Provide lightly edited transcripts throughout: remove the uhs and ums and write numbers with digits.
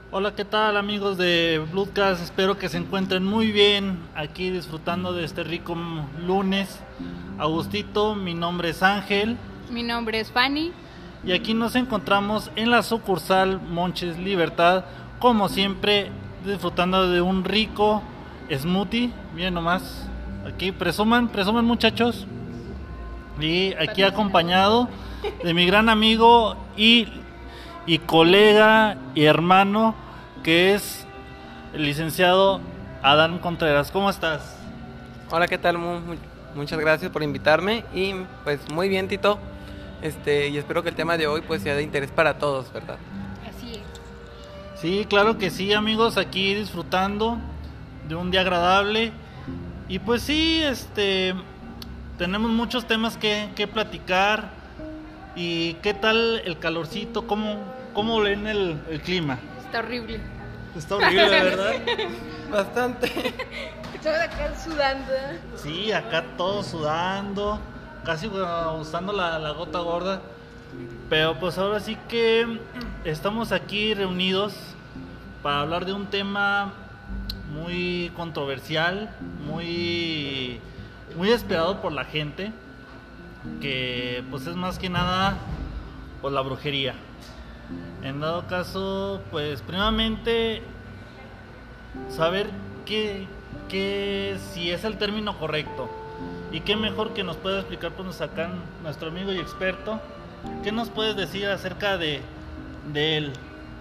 Hola, ¿qué tal amigos de Bloodcast? Espero que se encuentren muy bien aquí disfrutando de este rico lunes. Agustito, mi nombre es Ángel Mi nombre es Fanny. y aquí nos encontramos en la sucursal Monches Libertad, como siempre disfrutando de un rico smoothie. Miren nomás, aquí presuman muchachos. Y aquí acompañado de mi gran amigo y colega y hermano, que es el licenciado Adán Contreras. ¿Cómo estás? Hola, ¿qué tal? Muchas gracias por invitarme y pues muy bien, Tito. Y espero que el tema de hoy pues sea de interés para todos, ¿verdad? Así es. Sí, claro que sí, amigos, aquí disfrutando de un día agradable. Y pues sí, tenemos muchos temas que platicar. ¿Y qué tal el calorcito? ¿Cómo ven el clima? Está horrible. Está horrible, ¿verdad? Bastante. Estamos acá sudando. Sí, acá todos sudando, casi usando la gota gorda. Pero pues ahora sí que estamos aquí reunidos para hablar de un tema muy controversial, muy esperado por la gente, que pues es más que nada pues la brujería. En dado caso, pues primeramente saber si es el término correcto. Y qué mejor que nos pueda explicar pues acá nuestro amigo y experto. ¿Qué nos puedes decir acerca de él?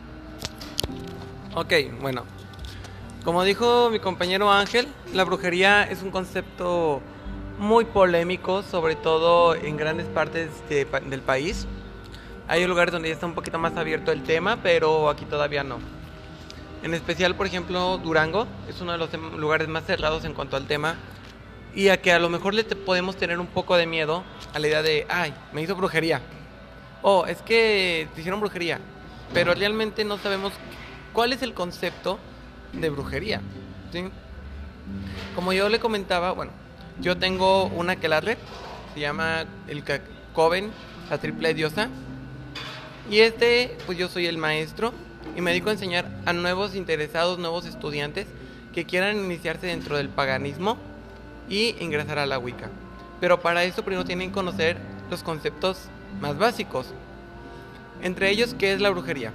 Ok, bueno. Como dijo mi compañero Ángel, la brujería es un concepto muy polémico, sobre todo en grandes partes del país. Hay lugares donde ya está un poquito más abierto el tema, pero aquí todavía no. En especial, por ejemplo, Durango es uno de los lugares más cerrados en cuanto al tema y a que a lo mejor podemos tener un poco de miedo a la idea de, ay, me hizo brujería. O es que te hicieron brujería, pero realmente no sabemos cuál es el concepto de brujería, ¿sí? Como yo le comentaba, bueno, yo tengo una aquelarre, se llama el Coven, la triple diosa, y pues yo soy el maestro y me dedico a enseñar a nuevos interesados, nuevos estudiantes que quieran iniciarse dentro del paganismo y ingresar a la Wicca. Pero para eso primero tienen que conocer los conceptos más básicos. Entre ellos, ¿qué es la brujería?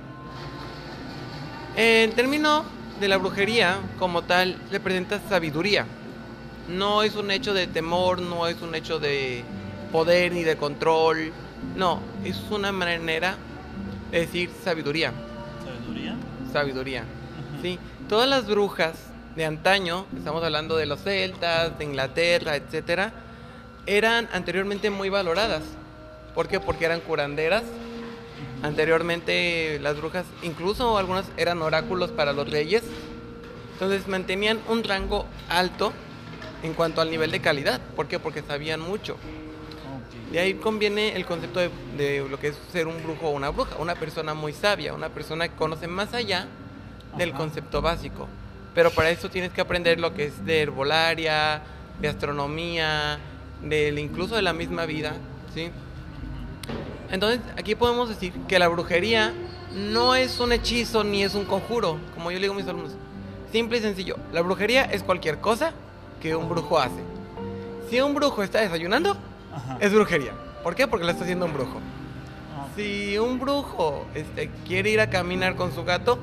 El término de la brujería como tal representa sabiduría. No es un hecho de temor, no es un hecho de poder ni de control. No, es una manera de decir sabiduría. ¿Sabiduría? Sabiduría, Uh-huh. sí. Todas las brujas de antaño, estamos hablando de los celtas, de Inglaterra, etcétera, eran anteriormente muy valoradas. ¿Por qué? Porque eran curanderas. Anteriormente las brujas, incluso algunas eran oráculos para los reyes. Entonces mantenían un rango alto en cuanto al nivel de calidad. ¿Por qué? Porque sabían mucho. De ahí conviene el concepto de lo que es ser un brujo o una bruja, una persona muy sabia, una persona que conoce más allá del concepto básico. Pero para eso tienes que aprender lo que es de herbolaria, de astronomía, incluso de la misma vida, ¿sí? Entonces aquí podemos decir que la brujería no es un hechizo ni es un conjuro, como yo le digo a mis alumnos. Simple y sencillo, la brujería es cualquier cosa que un brujo hace. Si un brujo está desayunando, es brujería. ¿Por qué? Porque lo está haciendo un brujo. Si un brujo quiere ir a caminar con su gato,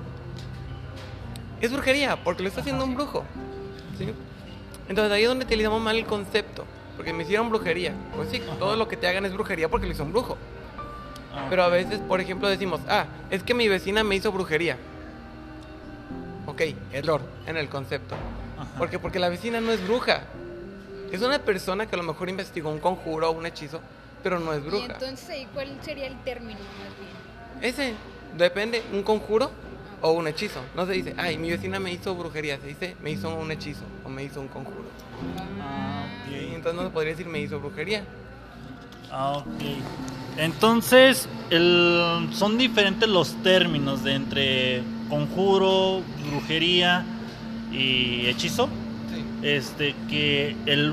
es brujería, porque lo está haciendo un brujo, ¿sí? Entonces ahí es donde utilizamos mal el concepto, porque me hicieron brujería. Pues sí, todo lo que te hagan es brujería porque lo hizo un brujo. Pero a veces, por ejemplo, decimos, es que mi vecina me hizo brujería. Ok, error en el concepto. Porque la vecina no es bruja. Es una persona que a lo mejor investigó un conjuro o un hechizo, pero no es bruja. Y entonces, ¿cuál sería el término más bien? Ese, depende, un conjuro o un hechizo. No se dice, ay, mi vecina me hizo brujería. Se dice, me hizo un hechizo o me hizo un conjuro. Okay. Entonces no se podría decir, me hizo brujería. Ok. Entonces, son diferentes los términos de entre conjuro, brujería y hechizo. Sí. Que el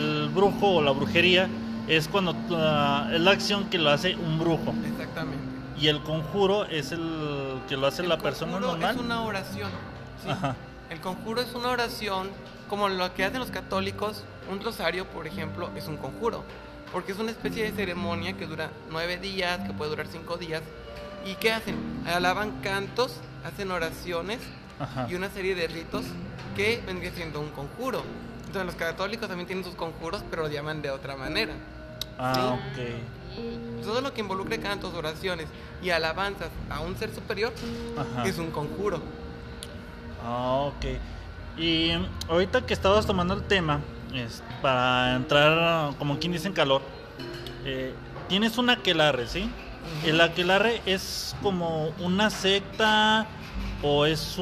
brujo o la brujería es cuando es la acción que lo hace un brujo. Exactamente. Y el conjuro es el que lo hace la persona normal. Es una oración. ¿Sí? Ajá. El conjuro es una oración como lo que hacen los católicos. Un rosario, por ejemplo, es un conjuro, porque es una especie de ceremonia que dura 9 días, que puede durar 5 días. ¿Y qué hacen? Alaban cantos, hacen oraciones. Ajá. Y una serie de ritos que vendría siendo un conjuro. Entonces los católicos también tienen sus conjuros, pero lo llaman de otra manera. Ah, ¿sí? Ok. Todo lo que involucre cantos, oraciones y alabanzas a un ser superior, ajá, es un conjuro. Ah, ok. Y ahorita que estabas tomando el tema, para entrar, como quien dice, en calor, tienes un aquelarre, ¿sí? Uh-huh. ¿El aquelarre es como una secta o es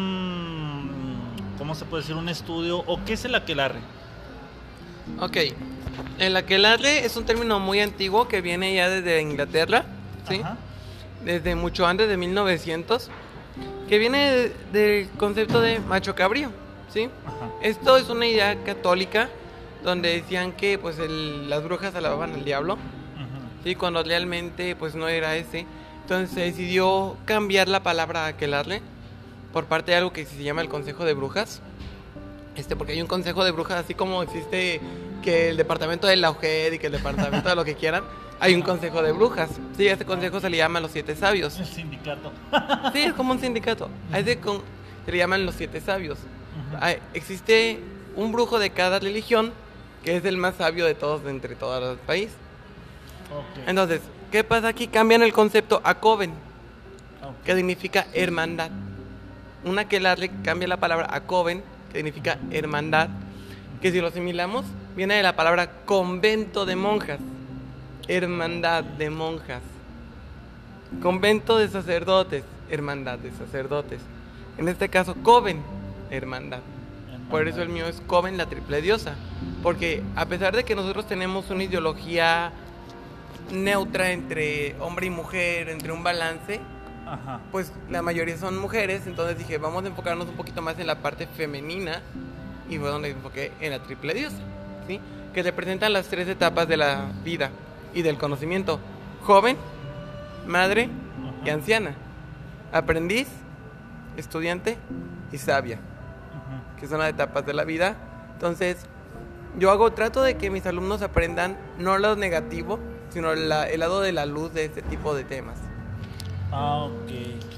¿cómo se puede decir? ¿Un estudio? ¿O qué es el aquelarre? Ok. El aquelarre es un término muy antiguo que viene ya desde Inglaterra, ¿sí? Ajá. Desde mucho antes de 1900, que viene del concepto de macho cabrío, ¿sí? Ajá. Esto es una idea católica donde decían que pues las brujas alababan al diablo, uh-huh, ¿sí? Cuando realmente pues no era ese. Entonces se decidió cambiar la palabra aquelarre por parte de algo que se llama el Consejo de Brujas, porque hay un Consejo de Brujas, así como existe que el departamento de la UGED y que el departamento de lo que quieran, hay un Consejo de Brujas. Sí, a este consejo se le llama los 7 sabios. El sindicato. Sí, es como un sindicato. A ese se le llaman los 7 sabios. Uh-huh. Existe un brujo de cada religión que es el más sabio de todos, de entre todos los países. Okay. Entonces, ¿qué pasa aquí? Cambian el concepto a coven, okay, que significa hermandad. Una aquelarre cambia la palabra a coven, que significa hermandad, que si lo asimilamos, viene de la palabra convento de monjas, hermandad de monjas, convento de sacerdotes, hermandad de sacerdotes. En este caso, coven, hermandad. Por eso el mío es coven, la triple diosa, porque a pesar de que nosotros tenemos una ideología neutra entre hombre y mujer, entre un balance, ajá, pues la mayoría son mujeres. Entonces dije, vamos a enfocarnos un poquito más en la parte femenina, y fue donde enfoqué en la triple diosa, ¿sí? Que representan las 3 etapas de la vida y del conocimiento: joven, madre, ajá, y anciana, aprendiz, estudiante y sabia, ajá, que son las etapas de la vida. Entonces trato de que mis alumnos aprendan no lo negativo, sino el lado de la luz de este tipo de temas. Ah, ok.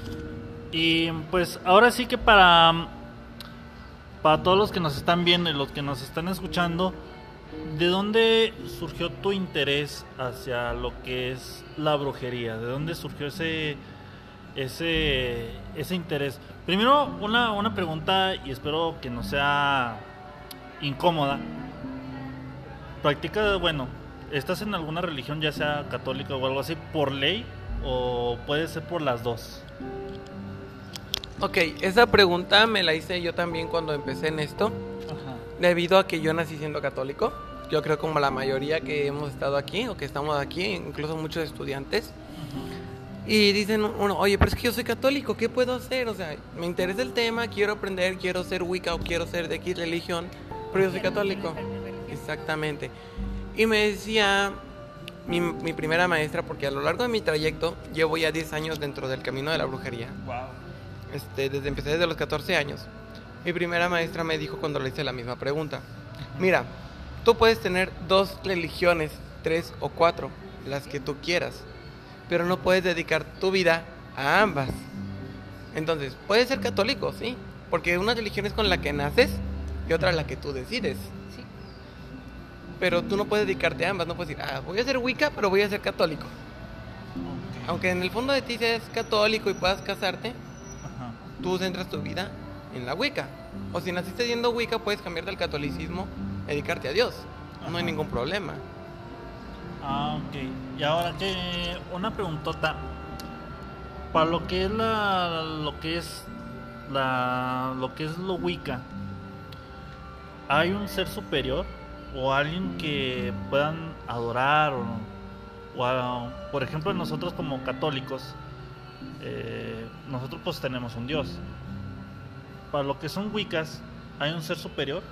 Y pues ahora sí que para todos los que nos están viendo y los que nos están escuchando, ¿de dónde surgió tu interés hacia lo que es la brujería? ¿De dónde surgió ese interés? Primero, una pregunta, y espero que no sea incómoda. ¿Estás en alguna religión, ya sea católica o algo así, por ley? ¿O puede ser por las dos? Ok, esa pregunta me la hice yo también cuando empecé en esto. Ajá. Debido a que yo nací siendo católico. Yo creo como la mayoría que hemos estado aquí o que estamos aquí, incluso muchos estudiantes. Ajá. Y dicen oye, pero es que yo soy católico, ¿qué puedo hacer? O sea, me interesa el tema, quiero aprender, quiero ser Wicca o quiero ser de X religión, pero yo soy católico. Exactamente. Y me decía mi primera maestra, porque a lo largo de mi trayecto llevo ya 10 años dentro del camino de la brujería. Wow. Empecé desde los 14 años. Mi primera maestra me dijo cuando le hice la misma pregunta: mira, tú puedes tener 2 religiones, 3 o 4, las que tú quieras, pero no puedes dedicar tu vida a ambas. Entonces, puedes ser católico, sí, porque una religión es con la que naces y otra la que tú decides. Sí. Pero tú no puedes dedicarte a ambas, no puedes decir, voy a ser Wicca, pero voy a ser católico. Okay. Aunque en el fondo de ti seas católico y puedas casarte, ajá, tú centras tu vida en la Wicca. O si naciste siendo Wicca, puedes cambiarte al catolicismo, dedicarte a Dios. Ajá. No hay ningún problema. Ok. Y ahora una preguntota. Para lo que es lo Wicca, ¿hay un ser superior o alguien que puedan adorar por ejemplo, nosotros como católicos, nosotros pues tenemos un Dios? Para lo que son Wiccas, ¿hay un ser superior?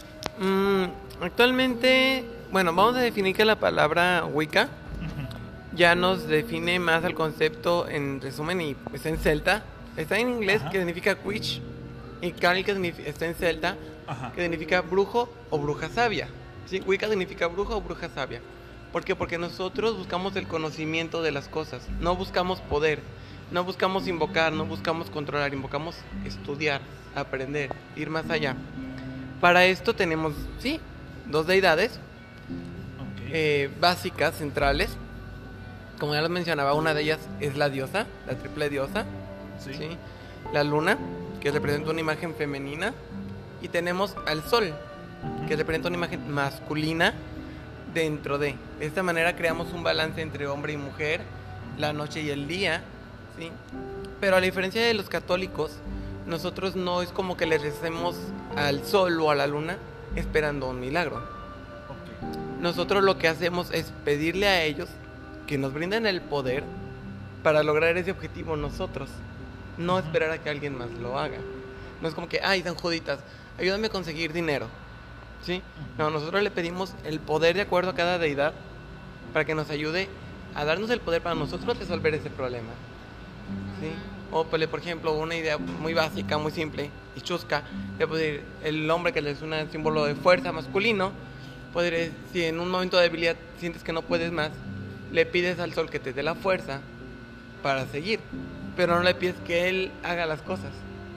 Actualmente, bueno, vamos a definir que la palabra Wicca ya nos define más el concepto en resumen y está en celta. Está en inglés, que significa witch, y Carl, que está en celta, que significa brujo o bruja sabia. ¿Sí? Wicca significa brujo o bruja sabia. ¿Por qué? Porque nosotros buscamos el conocimiento de las cosas, no buscamos poder, no buscamos invocar, no buscamos controlar, invocamos estudiar, aprender, ir más allá. Para esto tenemos, sí, 2 deidades básicas, centrales. Como ya les mencionaba, una de ellas es la diosa, la triple diosa, ¿sí? La luna, que representa una imagen femenina, y tenemos al sol, que representa una imagen masculina dentro de. De esta manera creamos un balance entre hombre y mujer, la noche y el día, ¿sí? Pero a la diferencia de los católicos, nosotros no es como que le recemos al sol o a la luna esperando un milagro. Nosotros lo que hacemos es pedirle a ellos que nos brinden el poder para lograr ese objetivo nosotros, no esperar a que alguien más lo haga. No es como que, ay, San Juditas, ayúdame a conseguir dinero, ¿sí? No, nosotros le pedimos el poder de acuerdo a cada deidad para que nos ayude a darnos el poder para nosotros resolver ese problema, ¿sí? O por ejemplo, una idea muy básica, muy simple y chusca, de poder, el hombre, que es un símbolo de fuerza masculino, poder, si en un momento de debilidad sientes que no puedes más, le pides al sol que te dé la fuerza para seguir, pero no le pides que él haga las cosas.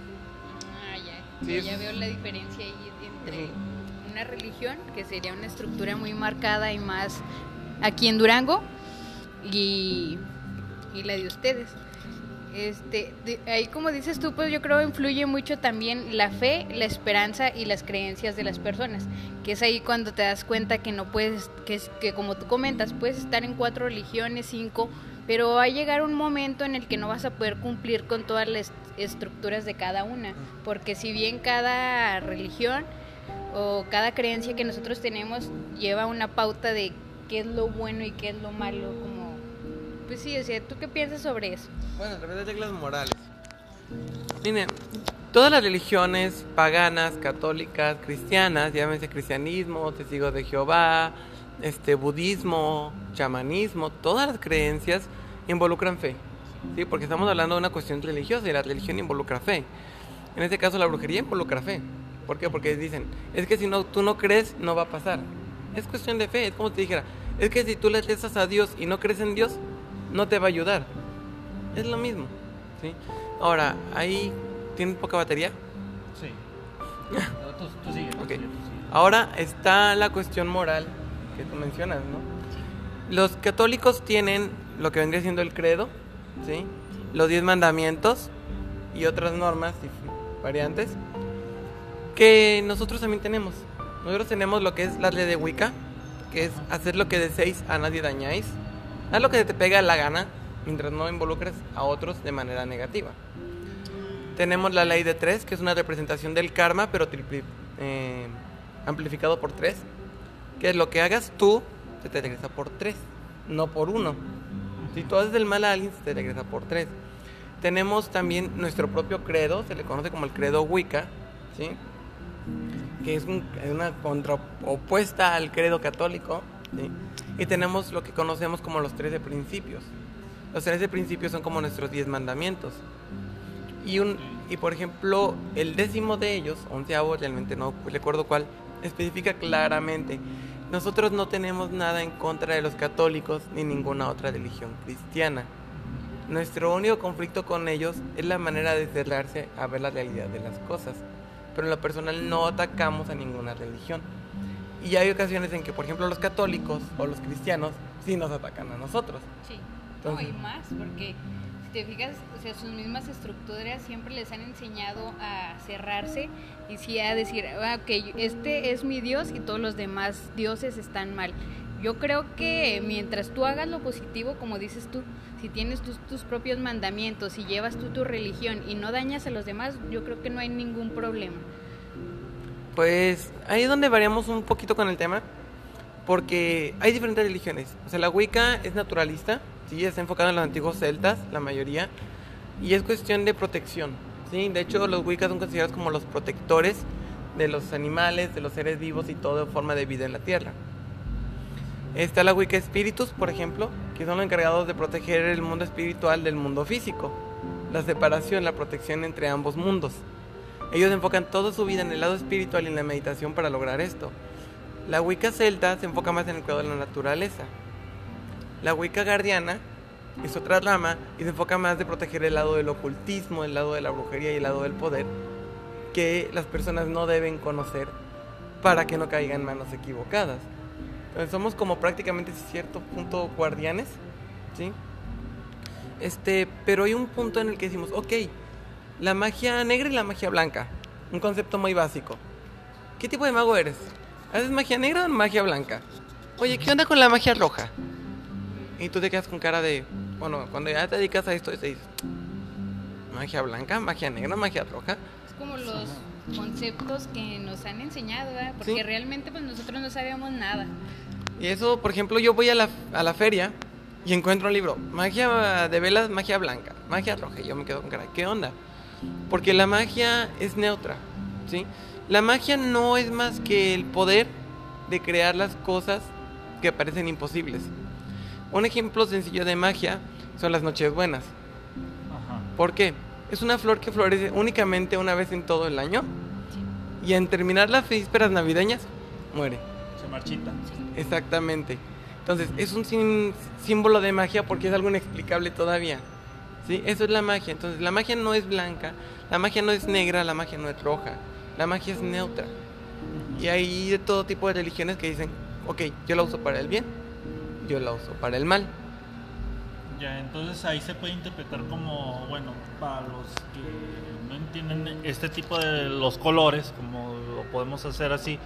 Ya veo la diferencia ahí entre una religión, que sería una estructura muy marcada y más aquí en Durango, y la de ustedes. Ahí, como dices tú, pues yo creo influye mucho también la fe, la esperanza y las creencias de las personas, que es ahí cuando te das cuenta que no puedes, que como tú comentas, puedes estar en 4 religiones, 5, pero va a llegar un momento en el que no vas a poder cumplir con todas las estructuras de cada una, porque si bien cada religión o cada creencia que nosotros tenemos lleva una pauta de qué es lo bueno y qué es lo malo, como, pues sí, o sea, ¿tú qué piensas sobre eso? Bueno, a través de reglas morales. Miren, todas las religiones paganas, católicas, cristianas, llámense cristianismo, testigos de Jehová, budismo, chamanismo, todas las creencias involucran fe, ¿sí? Porque estamos hablando de una cuestión religiosa y la religión involucra fe. En este caso la brujería involucra fe. ¿Por qué? Porque dicen, es que si no, tú no crees, no va a pasar. Es cuestión de fe, es como si te dijera, es que si tú le rezas a Dios y no crees en Dios, no te va a ayudar. Es lo mismo, ¿sí? Ahora, ahí ¿tienes poca batería? Sí. Tú sigue, okay. Ahora está la cuestión moral que tú mencionas, ¿no? Los católicos tienen lo que vendría siendo el credo, ¿sí? Los 10 mandamientos y otras normas y variantes que nosotros también tenemos. Nosotros tenemos lo que es la ley de Wicca, que es hacer lo que deseéis, a nadie dañáis. Haz lo que te pega la gana, mientras no involucres a otros de manera negativa. Tenemos la ley de 3, que es una representación del karma, pero amplificado por 3, que es lo que hagas tú, se te regresa por 3, no por 1. Si tú haces el mal a alguien, se te regresa por 3. Tenemos también nuestro propio credo, se le conoce como el credo Wicca, ¿sí? Que es una contraopuesta al credo católico, ¿sí? Y tenemos lo que conocemos como los 13 principios. Los 13 principios son como nuestros 10 mandamientos. Y por ejemplo, el 10º de ellos, 11º, realmente no recuerdo cuál, especifica claramente: nosotros no tenemos nada en contra de los católicos ni ninguna otra religión cristiana. Nuestro único conflicto con ellos es la manera de cerrarse a ver la realidad de las cosas. Pero en lo personal no atacamos a ninguna religión. Y hay ocasiones en que, por ejemplo, los católicos o los cristianos sí nos atacan a nosotros. Sí, entonces, no, y más, porque si te fijas, o sea, sus mismas estructuras siempre les han enseñado a cerrarse y sí a decir, ok, este es mi Dios y todos los demás dioses están mal. Yo creo que mientras tú hagas lo positivo, como dices tú, si tienes tus propios mandamientos y llevas tú tu religión y no dañas a los demás, yo creo que no hay ningún problema. Pues ahí es donde variamos un poquito con el tema, porque hay diferentes religiones. O sea, la Wicca es naturalista, sí, está enfocada en los antiguos celtas, la mayoría, y es cuestión de protección, sí. De hecho, los Wiccas son considerados como los protectores de los animales, de los seres vivos y toda forma de vida en la tierra. Está la Wicca Espíritus, por ejemplo, que son los encargados de proteger el mundo espiritual del mundo físico. La separación, la protección entre ambos mundos. Ellos enfocan toda su vida en el lado espiritual y en la meditación para lograr esto. La Wicca celta se enfoca más en el cuidado de la naturaleza. La Wicca guardiana es otra rama y se enfoca más de proteger el lado del ocultismo, el lado de la brujería y el lado del poder que las personas no deben conocer para que no caigan en manos equivocadas. Entonces somos como prácticamente cierto punto guardianes, ¿sí? Pero hay un punto en el que decimos, ok, la magia negra y la magia blanca, un concepto muy básico. ¿Qué tipo de mago eres? ¿Haces magia negra o magia blanca? Oye, ¿qué onda con la magia roja? Y tú te quedas con cara de, bueno, cuando ya te dedicas a esto, te dices, magia blanca, magia negra, magia roja. Es como los conceptos que nos han enseñado, ¿verdad? Porque ¿sí? Realmente pues nosotros no sabíamos nada. Y eso, por ejemplo, yo voy a la feria y encuentro un libro, magia de velas, magia blanca, magia roja, y yo me quedo con cara, ¿qué onda? Porque la magia es neutra, ¿sí? La magia no es más que el poder de crear las cosas que parecen imposibles. Un ejemplo sencillo de magia son las Nochebuenas. Ajá. ¿Por qué? Es una flor que florece únicamente una vez en todo el año y en terminar las vísperas navideñas muere. Se marchita. Exactamente. Entonces es un símbolo de magia porque es algo inexplicable todavía, ¿sí? Eso es la magia. Entonces la magia no es blanca, la magia no es negra, la magia no es roja, la magia es neutra. Y hay de todo tipo de religiones que dicen, ok, yo la uso para el bien, yo la uso para el mal. Ya, entonces ahí se puede interpretar como, bueno, para los que no entienden este tipo de los colores, como lo podemos hacer así,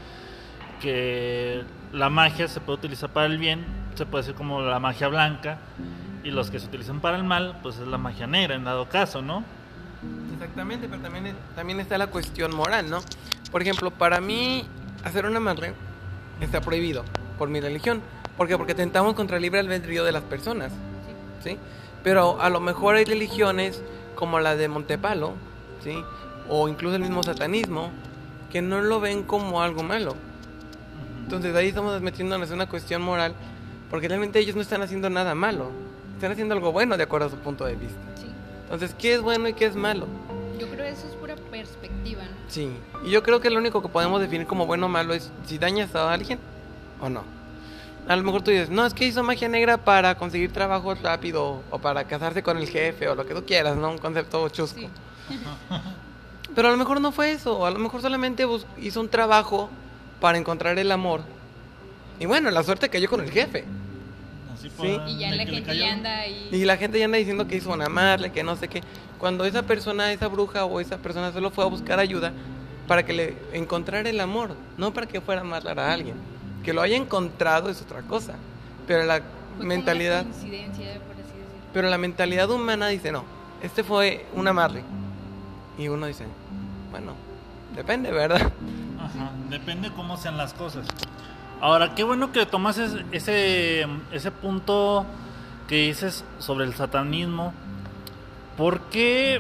que la magia se puede utilizar para el bien, se puede decir como la magia blanca, y los que se utilizan para el mal, pues es la magia negra en dado caso, ¿no? Exactamente, pero también está la cuestión moral, ¿no? Por ejemplo, para mí hacer una amarre está prohibido por mi religión. ¿Por qué? Porque tentamos contra el libre albedrío de las personas, ¿sí? Pero a lo mejor hay religiones como la de Montepalo, ¿sí? O incluso el mismo satanismo, que no lo ven como algo malo. Entonces ahí estamos metiéndonos en una cuestión moral, porque realmente ellos no están haciendo nada malo, están haciendo algo bueno de acuerdo a su punto de vista. Sí. Entonces, ¿qué es bueno y qué es malo? Yo creo que eso es pura perspectiva, ¿no? Sí, y yo creo que lo único que podemos definir como bueno o malo es si dañas a alguien o no. A lo mejor tú dices, no, es que hizo magia negra para conseguir trabajo rápido o para casarse con el jefe o lo que tú quieras, ¿no? Un concepto chusco. Sí. Pero a lo mejor no fue eso, o a lo mejor solamente hizo un trabajo para encontrar el amor. Y bueno, la suerte cayó con el jefe. Así Sí. Y ya la gente ya anda ahí. Y la gente ya anda diciendo que hizo un amarle, que no sé qué. Cuando esa persona, esa bruja o esa persona solo fue a buscar ayuda para que le encontrara el amor, no para que fuera a amarlar a alguien. Que lo haya encontrado es otra cosa. Pero la Fue mentalidad, como una coincidencia, por así decirlo. pero la mentalidad humana dice, no, este fue un amarre. Y uno dice, bueno, depende, ¿verdad? Ajá, depende cómo sean las cosas. Ahora, qué bueno que tomas ese punto que dices sobre el satanismo. ¿Por qué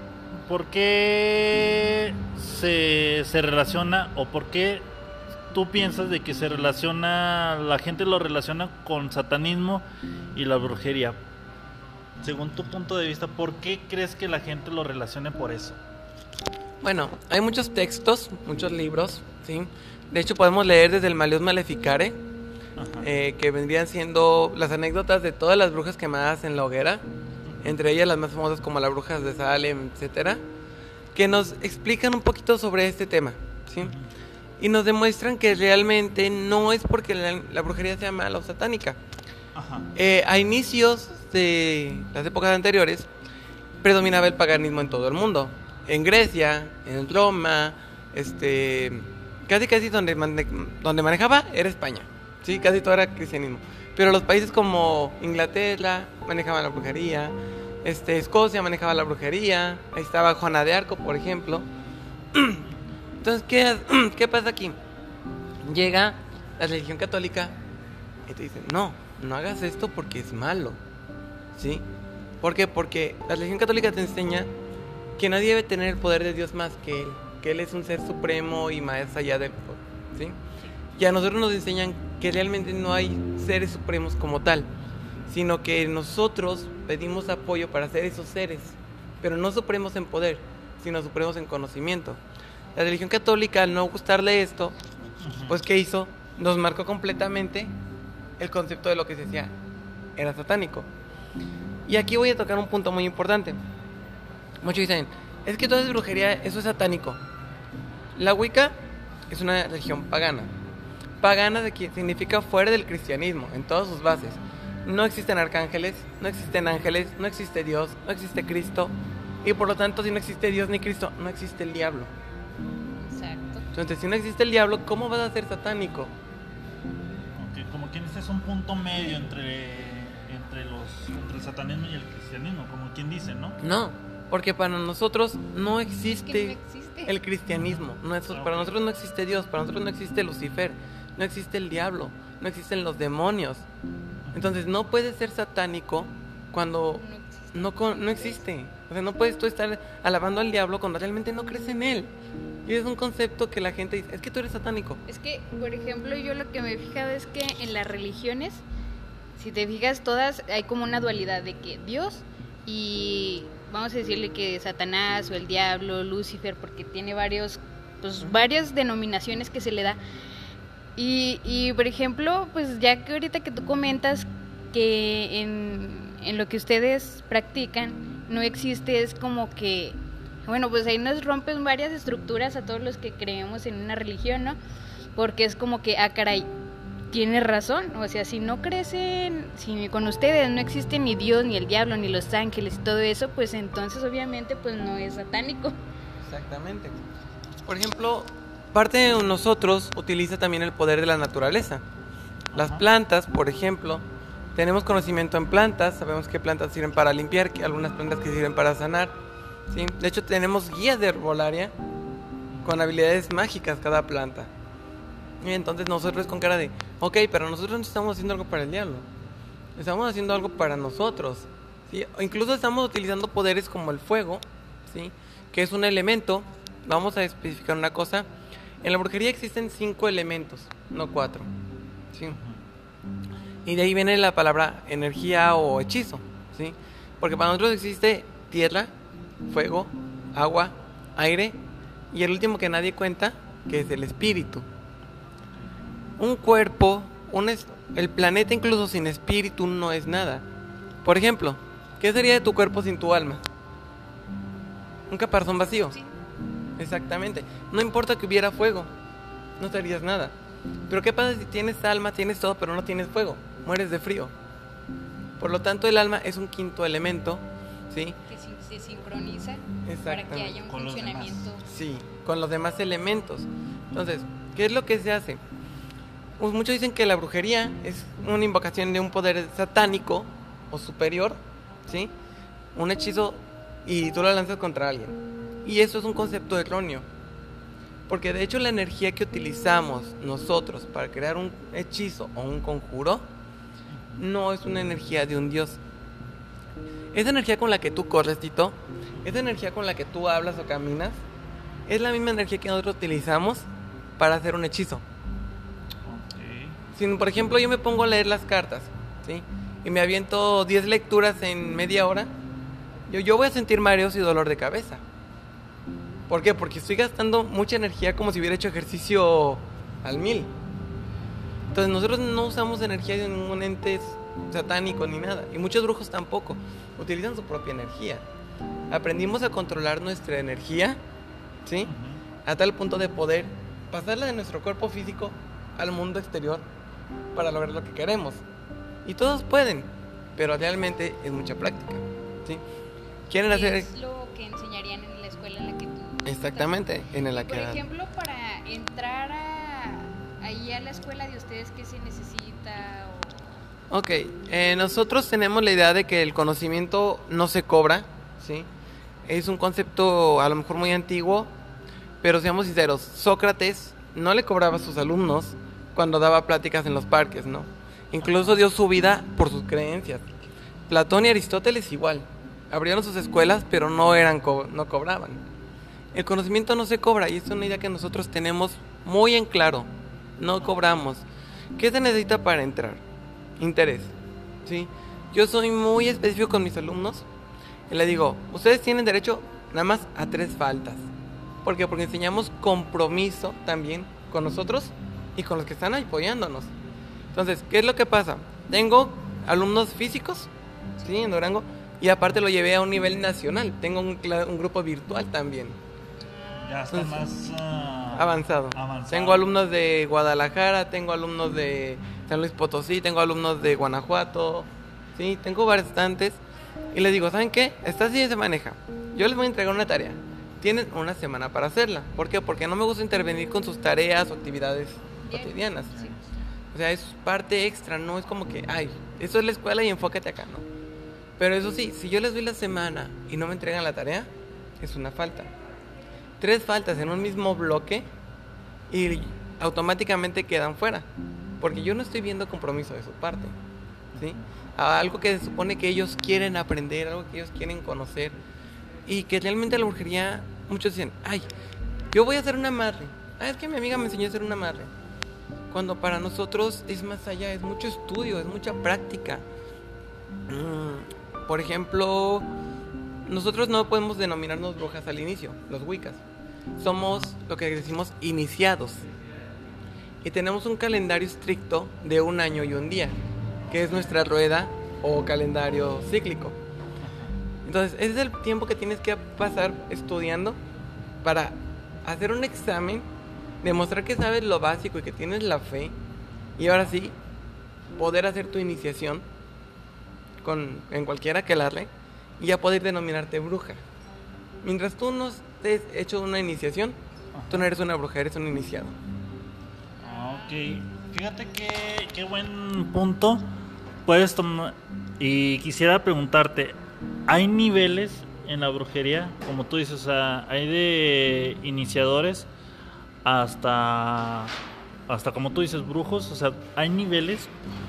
se relaciona, o por qué tú piensas de que la gente lo relaciona con satanismo y la brujería? Según tu punto de vista, ¿por qué crees que la gente lo relacione por eso? Bueno, hay muchos textos, muchos libros, ¿sí? De hecho, podemos leer desde el Maleus Maleficare, que vendrían siendo las anécdotas de todas las brujas quemadas en la hoguera, entre ellas las más famosas como las brujas de Salem, etcétera, que nos explican un poquito sobre este tema, ¿sí? Y nos demuestran que realmente no es porque la brujería sea mala o satánica. Ajá. A inicios de las épocas anteriores, predominaba el paganismo en todo el mundo. En Grecia, en Roma, casi donde manejaba era España, sí, casi todo era cristianismo. Pero los países como Inglaterra manejaban la brujería, Escocia manejaba la brujería, ahí estaba Juana de Arco, por ejemplo. Entonces, ¿qué pasa aquí? Llega la religión católica y te dicen, no hagas esto porque es malo, ¿sí? ¿Por qué? Porque la religión católica te enseña que nadie debe tener el poder de Dios más que Él es un ser supremo y más allá de, ¿sí? Y a nosotros nos enseñan que realmente no hay seres supremos como tal, sino que nosotros pedimos apoyo para ser esos seres, pero no supremos en poder, sino supremos en conocimiento. La religión católica, al no gustarle esto, pues ¿qué hizo? Nos marcó completamente el concepto de lo que se decía era satánico. Y aquí voy a tocar un punto muy importante. Muchos dicen, es que todo es brujería, eso es satánico. La Wicca es una religión pagana. Pagana de que significa fuera del cristianismo, en todas sus bases. No existen arcángeles, no existen ángeles, no existe Dios, no existe Cristo. Y por lo tanto, si no existe Dios ni Cristo, no existe el diablo. Exacto. Entonces, si no existe el diablo, ¿cómo vas a ser satánico? Okay, como quien dice, es un punto medio entre el satanismo y el cristianismo, como quien dice, ¿no? No, porque para nosotros no Es que existe no existe. el cristianismo. Para nosotros no existe Dios, para nosotros no existe Lucifer, no existe el diablo, no existen los demonios. Entonces no puedes ser satánico cuando no existe. O sea, no puedes tú estar alabando al diablo cuando realmente no crees en él. Y es un concepto que la gente dice, es que tú eres satánico. Es que, por ejemplo, yo lo que me he fijado es que en las religiones, si te fijas, todas hay como una dualidad de que Dios y vamos a decirle que Satanás o el diablo, Lucifer, porque tiene varias denominaciones que se le da. Y por ejemplo, pues ya que ahorita que tú comentas que en lo que ustedes practican no existe, es como que, bueno, pues ahí nos rompen varias estructuras a todos los que creemos en una religión, ¿no? Porque es como que, caray, tienes razón, o sea, si no crecen, si con ustedes no existe ni Dios, ni el diablo, ni los ángeles y todo eso, pues entonces obviamente pues no es satánico. Exactamente. Por ejemplo, parte de nosotros utiliza también el poder de la naturaleza. Las plantas, por ejemplo, tenemos conocimiento en plantas, sabemos qué plantas sirven para limpiar, algunas plantas que sirven para sanar, ¿sí? De hecho, tenemos guías de herbolaria con habilidades mágicas cada planta. Y entonces nosotros con cara de, ok, pero nosotros no estamos haciendo algo para el diablo, estamos haciendo algo para nosotros, ¿sí? O incluso estamos utilizando poderes como el fuego, ¿sí? Que es un elemento. Vamos a especificar una cosa. En la brujería existen 5 elementos, no 4, ¿sí? Y de ahí viene la palabra energía o hechizo, ¿sí? Porque para nosotros existe tierra, fuego, agua, aire y el último que nadie cuenta, que es el espíritu. Un cuerpo, el planeta incluso sin espíritu no es nada. Por ejemplo, ¿qué sería de tu cuerpo sin tu alma? Un caparazón vacío. Sí. Exactamente. No importa que hubiera fuego, no serías nada. Pero ¿qué pasa si tienes alma, tienes todo, pero no tienes fuego? Mueres de frío. Por lo tanto, el alma es un quinto elemento, ¿sí? Que se sincroniza para que haya un con los funcionamiento. Sí, con los demás elementos. Entonces, ¿qué es lo que se hace? Pues muchos dicen que la brujería es una invocación de un poder satánico o superior, ¿sí? Un hechizo y tú lo lanzas contra alguien. Y eso es un concepto erróneo. Porque de hecho la energía que utilizamos nosotros para crear un hechizo o un conjuro no es una energía de un dios. Esa energía con la que tú corres, Tito, esa energía con la que tú hablas o caminas, es la misma energía que nosotros utilizamos para hacer un hechizo. Si, por ejemplo, yo me pongo a leer las cartas, ¿sí? Y me aviento 10 lecturas en media hora, yo voy a sentir mareos y dolor de cabeza. ¿Por qué? Porque estoy gastando mucha energía como si hubiera hecho ejercicio al 1000. Entonces nosotros no usamos energía de ningún ente satánico ni nada. Y muchos brujos tampoco. Utilizan su propia energía. Aprendimos a controlar nuestra energía, ¿sí? A tal punto de poder pasarla de nuestro cuerpo físico al mundo exterior para lograr lo que queremos. Y todos pueden, pero realmente es mucha práctica, ¿sí? Quieren hacer... Es lo que enseñarían en la escuela en la que tú... Exactamente, en la que... Por ejemplo, para entrar ahí a la escuela de ustedes, ¿qué se necesita? Ok, nosotros tenemos la idea de que el conocimiento no se cobra, ¿sí? Es un concepto a lo mejor muy antiguo, pero seamos sinceros, Sócrates no le cobraba a sus alumnos cuando daba pláticas en los parques, ¿no? Incluso dio su vida por sus creencias. Platón y Aristóteles igual, abrieron sus escuelas, pero no cobraban. El conocimiento no se cobra y es una idea que nosotros tenemos muy en claro, no cobramos. ¿Qué se necesita para entrar? Interés, ¿sí? Yo soy muy específico con mis alumnos y les digo, ustedes tienen derecho nada más a 3 faltas. ¿Por qué? Porque enseñamos compromiso también con nosotros y con los que están apoyándonos. Entonces, ¿qué es lo que pasa? Tengo alumnos físicos, ¿sí? En Durango, y aparte lo llevé a un nivel nacional. Tengo un grupo virtual también. Ya está. Entonces, más avanzado. Tengo alumnos de Guadalajara, tengo alumnos de San Luis Potosí, tengo alumnos de Guanajuato, sí, tengo bastantes. Y les digo, ¿saben qué? Esta sí se maneja. Yo les voy a entregar una tarea. Tienen una semana para hacerla. ¿Por qué? Porque no me gusta intervenir con sus tareas o actividades cotidianas. Sí. O sea, es parte extra, no es como que, ay, eso es la escuela y enfócate acá, ¿no? Pero eso sí, si yo les doy la semana y no me entregan la tarea, es una falta. 3 faltas en un mismo bloque y automáticamente quedan fuera. Porque yo no estoy viendo compromiso de su parte, ¿sí? Algo que se supone que ellos quieren aprender, algo que ellos quieren conocer. Y que realmente la brujería, muchos dicen, ay, yo voy a hacer un amarre. Es que mi amiga me enseñó a hacer un amarre. Cuando para nosotros es más allá, es mucho estudio, es mucha práctica. Por ejemplo, nosotros no podemos denominarnos brujas al inicio, los wiccas. Somos lo que decimos iniciados. Y tenemos un calendario estricto de 1 año y 1 día, que es nuestra rueda o calendario cíclico. Entonces, ese es el tiempo que tienes que pasar estudiando para hacer un examen, demostrar que sabes lo básico y que tienes la fe, y ahora sí, poder hacer tu iniciación en cualquiera que la y ya poder denominarte bruja. Mientras tú no estés hecho una iniciación, tú no eres una bruja, eres un iniciado. Ok, fíjate qué buen punto puedes tomar. Y quisiera preguntarte, ¿hay niveles en la brujería? Como tú dices, o sea, hay de iniciadores hasta como tú dices, brujos, o sea, ¿hay niveles?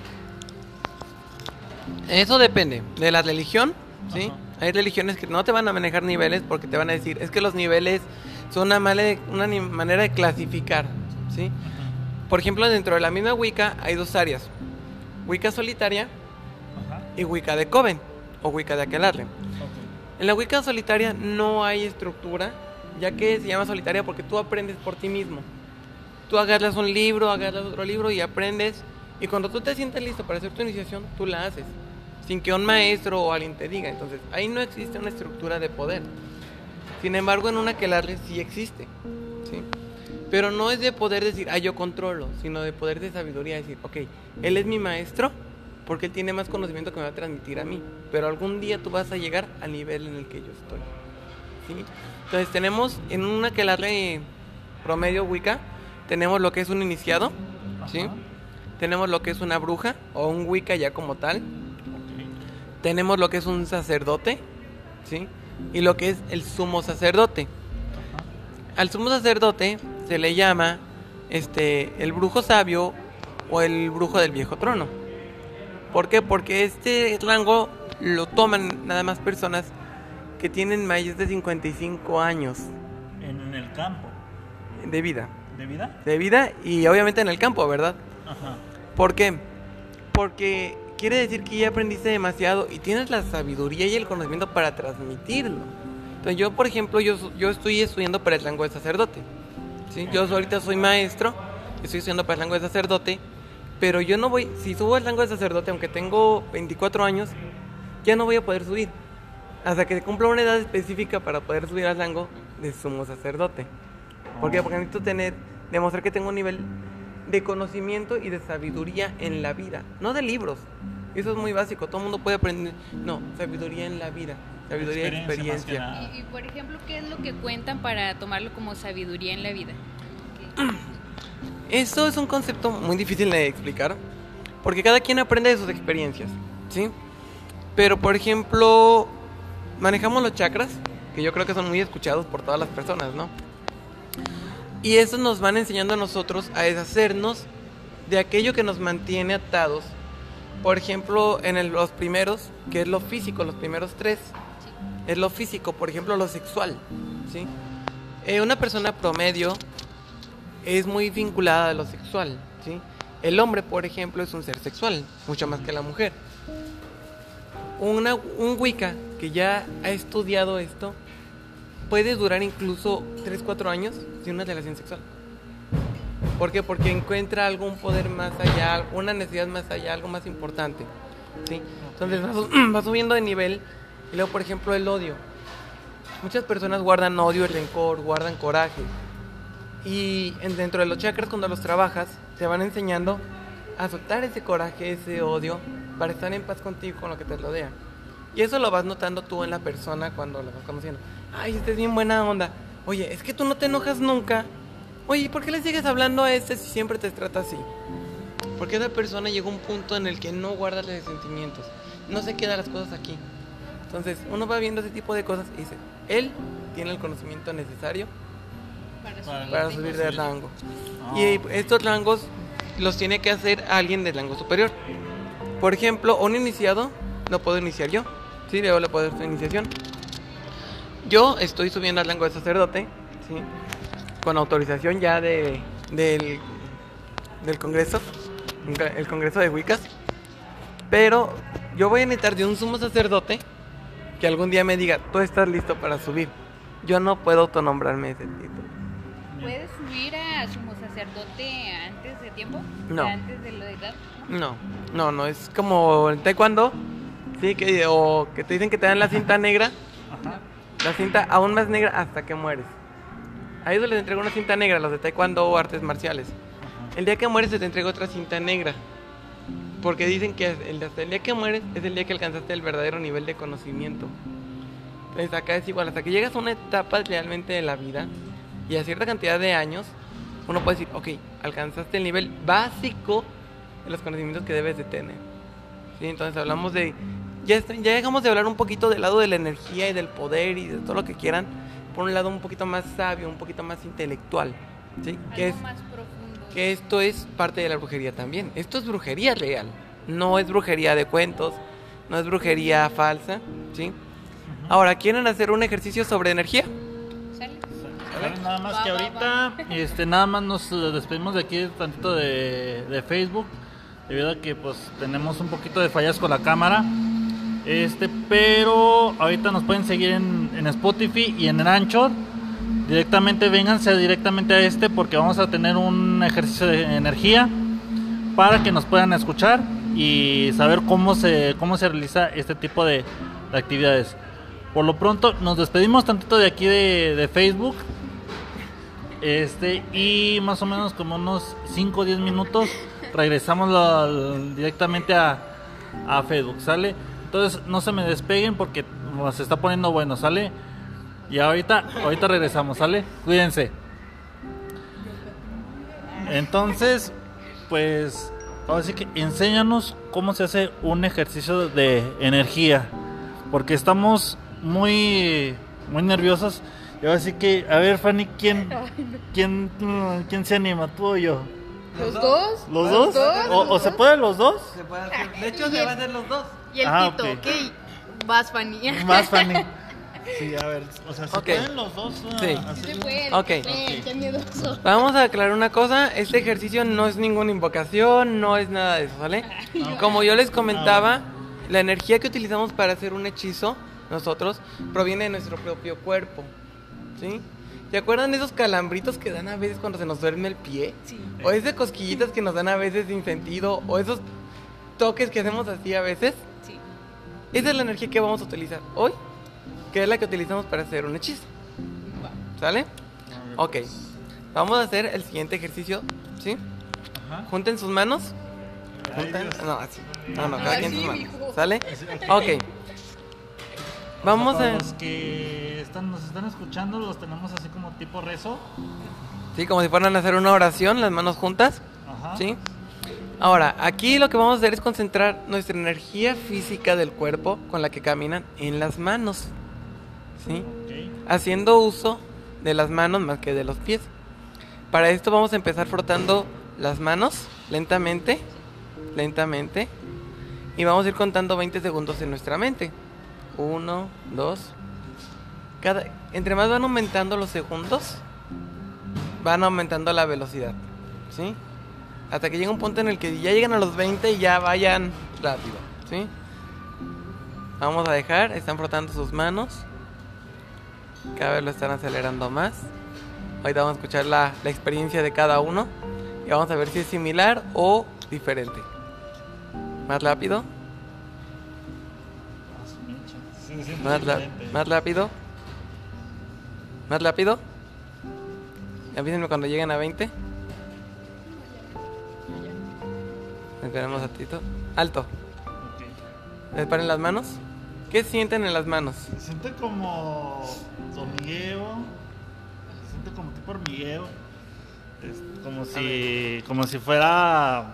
Eso depende de la religión, ¿sí? Ajá. Hay religiones que no te van a manejar niveles porque te van a decir, es que los niveles son una manera de clasificar, ¿sí? Ajá. Por ejemplo, dentro de la misma Wicca hay 2 áreas, Wicca solitaria Ajá. y Wicca de Coven o Wicca de aquelarre. Okay. En la Wicca solitaria no hay estructura, ya que se llama solitaria porque tú aprendes por ti mismo. Tú agarras un libro, agarras otro libro y aprendes, y cuando tú te sientes listo para hacer tu iniciación, tú la haces, sin que un maestro o alguien te diga. Entonces, ahí no existe una estructura de poder. Sin embargo, en una aquelarre sí existe, ¿sí? Pero no es de poder decir, yo controlo, sino de poder de sabiduría, decir, ok, él es mi maestro porque él tiene más conocimiento que me va a transmitir a mí, pero algún día tú vas a llegar al nivel en el que yo estoy, ¿sí? Entonces tenemos en una aquelarre promedio Wicca, tenemos lo que es un iniciado, ¿sí? Tenemos lo que es una bruja o un Wicca ya como tal. Okay. Tenemos lo que es un sacerdote, ¿sí? Y lo que es el sumo sacerdote. Ajá. Al sumo sacerdote se le llama el brujo sabio o el brujo del viejo trono. ¿Por qué? Porque este rango lo toman nada más personas que tienen más de 55 años En el campo. de vida. ¿De vida? De vida y obviamente en el campo, ¿verdad? Ajá. ¿Por qué? Porque quiere decir que ya aprendiste demasiado y tienes la sabiduría y el conocimiento para transmitirlo. Entonces yo, por ejemplo, yo estoy estudiando para el rango de sacerdote, ¿sí? Yo ahorita soy maestro, estoy estudiando para el rango de sacerdote, pero yo no voy, si subo al rango de sacerdote, aunque tengo 24 años, ya no voy a poder subir hasta que cumpla una edad específica para poder subir al rango de sumo sacerdote. ¿Por qué? Porque necesito demostrar que tengo un nivel de conocimiento y de sabiduría en la vida, no de libros. Eso es muy básico, todo el mundo puede aprender. No, sabiduría en la vida, sabiduría y experiencia. Y por ejemplo, ¿qué es lo que cuentan para tomarlo como sabiduría en la vida? Eso es un concepto muy difícil de explicar, porque cada quien aprende de sus experiencias, ¿sí? Pero, por ejemplo, manejamos los chakras, que yo creo que son muy escuchados por todas las personas, ¿no? Y esos nos van enseñando a nosotros a deshacernos de aquello que nos mantiene atados. Por ejemplo, los primeros, que es lo físico, los primeros 3, es lo físico, por ejemplo, lo sexual, ¿sí? Una persona promedio es muy vinculada a lo sexual, ¿sí? El hombre, por ejemplo, es un ser sexual, mucho más que la mujer. Un Wicca que ya ha estudiado esto puede durar incluso 3-4 años sin una relación sexual. ¿Por qué? Porque encuentra algún poder más allá, una necesidad más allá, algo más importante, ¿sí? Entonces va subiendo de nivel. Y luego, por ejemplo, el odio. Muchas personas guardan odio, rencor, guardan coraje. Y dentro de los chakras, cuando los trabajas, te van enseñando a soltar ese coraje, ese odio, para estar en paz contigo, con lo que te rodea. Y eso lo vas notando tú en la persona cuando la vas conociendo. Ay, este es bien buena onda. Oye, es que tú no te enojas nunca. Oye, ¿por qué le sigues hablando a este si siempre te trata así? Porque esa persona llegó a un punto en el que no guarda los sentimientos. No se quedan las cosas aquí. Entonces, uno va viendo ese tipo de cosas y dice, él tiene el conocimiento necesario para subir de rango. Y estos rangos los tiene que hacer alguien del rango superior. Por ejemplo, un iniciado lo puedo iniciar yo. Sí, le puedo hacer iniciación. Yo estoy subiendo al rango de sacerdote, ¿sí? Con autorización ya del Congreso, el Congreso de Wiccas. Pero yo voy a necesitar de un sumo sacerdote que algún día me diga, tú estás listo para subir. Yo no puedo autonombrarme ese título. ¿Puedes subir a sumo sacerdote antes de tiempo? No. ¿Antes de la edad? No, es como el taekwondo, sí, o que te dicen que te dan la cinta negra. Ajá. La cinta aún más negra hasta que mueres. A ellos les entrega una cinta negra, los de taekwondo o artes marciales. El día que mueres se te entrega otra cinta negra. Porque dicen que hasta el día que mueres es el día que alcanzaste el verdadero nivel de conocimiento. Entonces acá es igual, hasta que llegas a una etapa realmente de la vida y a cierta cantidad de años, uno puede decir, ok, alcanzaste el nivel básico de los conocimientos que debes de tener. ¿Sí? Entonces hablamos de... Ya dejamos de hablar un poquito del lado de la energía y del poder y de todo lo que quieran, por un lado un poquito más sabio, un poquito más intelectual, ¿sí? Más profundo. Que esto es parte de la brujería también. Esto es brujería real, no es brujería de cuentos, no es brujería falsa, ¿sí? Ahora, ¿quieren hacer un ejercicio sobre energía? ¿Sale? Nada más que ahorita, nada más nos despedimos de aquí tantito de Facebook, debido a que pues tenemos un poquito de fallas con la cámara. Pero ahorita nos pueden seguir en Spotify y en el Anchor. Vénganse directamente a porque vamos a tener un ejercicio de energía para que nos puedan escuchar y saber cómo se realiza este tipo de actividades. Por lo pronto nos despedimos tantito de aquí de Facebook. Y más o menos como unos 5 o 10 minutos regresamos directamente a Facebook, ¿sale? Entonces no se me despeguen porque se está poniendo bueno, ¿sale? Y ahorita regresamos, ¿sale? Cuídense. Entonces, pues, ahora sí que enséñanos cómo se hace un ejercicio de energía, porque estamos muy nerviosos. Y ahora sí que, a ver, Fanny, ¿quién se anima, tú o yo? ¿Los dos? ¿Los dos? ¿O se pueden los dos? Se puede hacer. De hecho, se va a hacer los dos. Y el Tito, ok. ¿ok? Vas, Fanny. Más Fanny. Sí, a ver, o sea, ¿se Ok. pueden los dos? Sí. Se puede. Ok. Qué miedoso. Vamos a aclarar una cosa, este ejercicio no es ninguna invocación, no es nada de eso, ¿vale? Como yo les comentaba, la energía que utilizamos para hacer un hechizo, nosotros, proviene de nuestro propio cuerpo, ¿sí? ¿Se acuerdan de esos calambritos que dan a veces cuando se nos duerme el pie? Sí. O esas cosquillitas que nos dan a veces sin sentido, o esos toques que hacemos así a veces. Sí. Esa es la energía que vamos a utilizar hoy, que es la que utilizamos para hacer un hechizo. ¿Sale? Ok. Vamos a hacer el siguiente ejercicio, ¿sí? Ajá. Junten sus manos. No, así. No, cada quien sus manos. ¿Sale? Ok. Vamos Para a... los que nos están escuchando, los tenemos así como tipo rezo. Sí, como si fueran a hacer una oración, las manos juntas. Ajá. ¿Sí? Ahora, aquí lo que vamos a hacer es concentrar nuestra energía física del cuerpo con la que caminan en las manos. ¿Sí? Ok. Haciendo uso de las manos más que de los pies. Para esto vamos a empezar frotando las manos lentamente, y vamos a ir contando 20 segundos en nuestra mente. 1, 2. Entre más van aumentando los segundos, van aumentando la velocidad, ¿sí? hasta que llega un punto en el que ya llegan a los 20 y ya vayan rápido, ¿sí? Vamos a dejar, están frotando sus manos. Cada vez lo están acelerando más. Ahorita vamos a escuchar la experiencia de cada uno y vamos a ver si es similar o diferente. Más rápido. Más rápido. Más rápido. Avísenme cuando lleguen a 20. Esperemos a Tito. Alto. Separen las manos. ¿Qué sienten en las manos? Se siente como hormigueo. Se siente como tipo hormigueo. Como si fuera...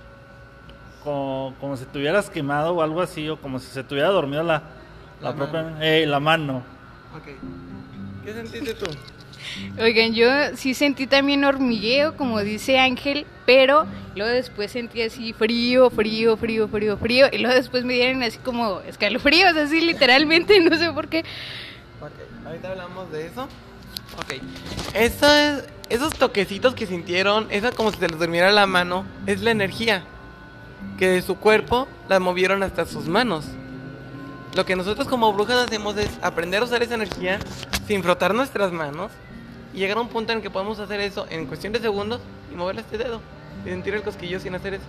Como si tuvieras quemado o algo así. O como si se tuviera dormido la mano. Ok. ¿Qué sentiste tú? Oigan, yo sí sentí también hormigueo, como dice Ángel, pero luego después sentí así frío, y luego después me dieron así como escalofríos, así literalmente, no sé por qué. Ok, ahorita hablamos de eso. Ok, esos toquecitos que sintieron, esa como si se les durmiera la mano, es la energía que de su cuerpo la movieron hasta sus manos. Lo que nosotros como brujas hacemos es aprender a usar esa energía sin frotar nuestras manos y llegar a un punto en el que podemos hacer eso en cuestión de segundos y moverle este dedo y sentir el cosquillo sin hacer eso.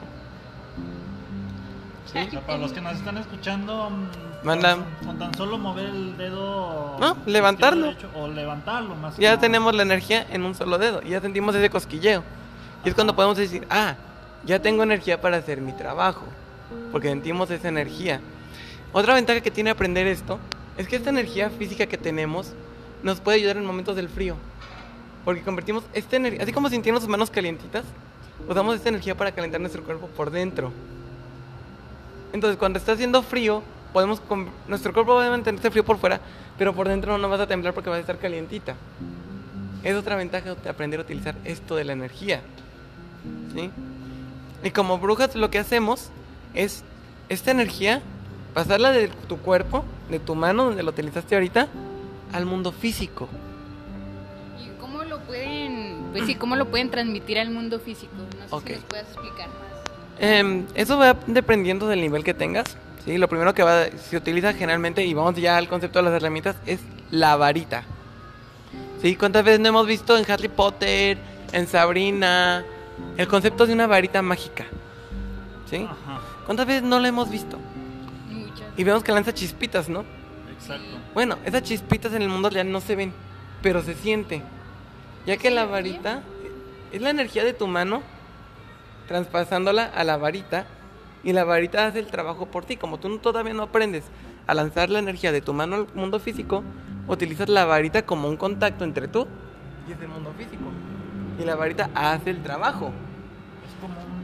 ¿Sí? O sea, para los que nos están escuchando, con tan solo mover el dedo, no, levantarlo derecho, o levantarlo más. Ya tenemos la energía en un solo dedo y ya sentimos ese cosquilleo. Y es cuando podemos decir, ya tengo energía para hacer mi trabajo, porque sentimos esa energía. Otra ventaja que tiene aprender esto es que esta energía física que tenemos nos puede ayudar en momentos del frío, porque convertimos esta energía, así como sintiendo sus manos calientitas, usamos esta energía para calentar nuestro cuerpo por dentro. Entonces cuando está haciendo frío, nuestro cuerpo va a mantenerse frío por fuera, pero por dentro no vas a temblar porque vas a estar calientita. Es otra ventaja de aprender a utilizar esto de la energía, ¿sí? Y como brujas lo que hacemos es esta energía pasarla de tu cuerpo, de tu mano, donde lo utilizaste ahorita, al mundo físico. ¿Y cómo lo pueden, cómo lo pueden transmitir al mundo físico? No sé si nos puedes explicar más. Eso va dependiendo del nivel que tengas, ¿sí? Lo primero que se utiliza generalmente, y vamos ya al concepto de las herramientas, es la varita. ¿Sí? ¿Cuántas veces no hemos visto en Harry Potter, en Sabrina, el concepto de una varita mágica? ¿Sí? Ajá. ¿Cuántas veces no lo hemos visto? Muchas. Y vemos que lanza chispitas, ¿no? Exacto. Bueno, esas chispitas en el mundo real no se ven, pero se siente. Ya que la varita es la energía de tu mano traspasándola a la varita, y la varita hace el trabajo por ti. Como tú todavía no aprendes a lanzar la energía de tu mano al mundo físico, utilizas la varita como un contacto entre tú y ese mundo físico. Y la varita hace el trabajo. Es como un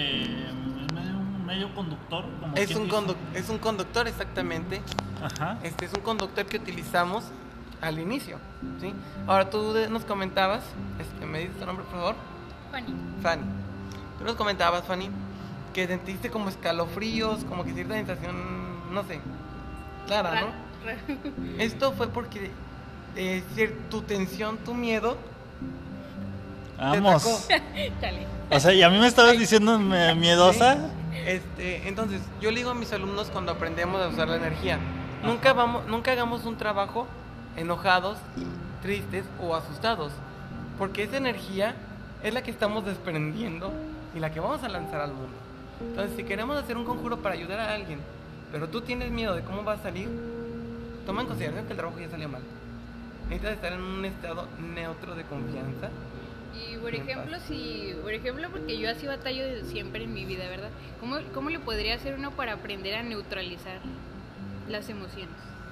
medio conductor. Como Es un conductor, exactamente. Ajá. Es un conductor que utilizamos al inicio, ¿sí? Ahora tú nos comentabas, ¿me dices tu nombre, por favor? Fanny. Tú nos comentabas, Fanny, que sentiste como escalofríos, como que cierta sensación, no sé, clara, ¿no? Esto fue porque tu tensión, tu miedo, Vamos. te atacó. O sea, ¿y a mí me estabas diciendo miedosa? ¿Sí? Entonces, yo le digo a mis alumnos cuando aprendemos a usar la energía, nunca hagamos un trabajo enojados, tristes o asustados, porque esa energía es la que estamos desprendiendo y la que vamos a lanzar al mundo. Entonces, si queremos hacer un conjuro para ayudar a alguien, pero tú tienes miedo de cómo va a salir, toma en consideración que el trabajo ya salió mal. Necesitas estar en un estado neutro de confianza. Y por ejemplo, porque yo así batallo siempre en mi vida, ¿verdad? ¿Cómo le podría hacer uno para aprender a neutralizar las emociones?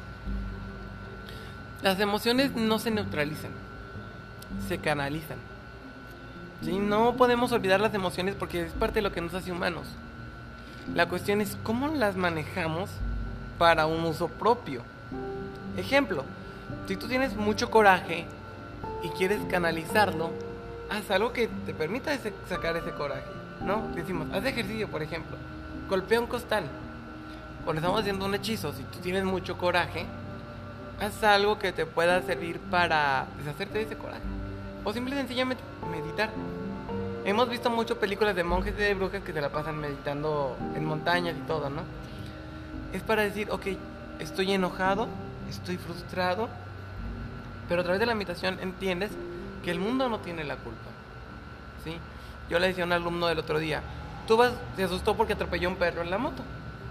Las emociones no se neutralizan, se canalizan. ¿Sí? No podemos olvidar las emociones porque es parte de lo que nos hace humanos. La cuestión es cómo las manejamos para un uso propio. Ejemplo, si tú tienes mucho coraje y quieres canalizarlo, haz algo que te permita sacar ese coraje, ¿no? Decimos, haz ejercicio, por ejemplo, golpea un costal. Cuando estamos haciendo un hechizo, si tú tienes mucho coraje, haz algo que te pueda servir para deshacerte de ese coraje. O simple y sencillamente meditar. Hemos visto muchas películas de monjes y de brujas que se la pasan meditando en montañas y todo, ¿no? Es para decir, ok, estoy enojado, estoy frustrado, pero a través de la meditación entiendes que el mundo no tiene la culpa, ¿sí? Yo le decía a un alumno del otro día, se asustó porque atropelló a un perro en la moto.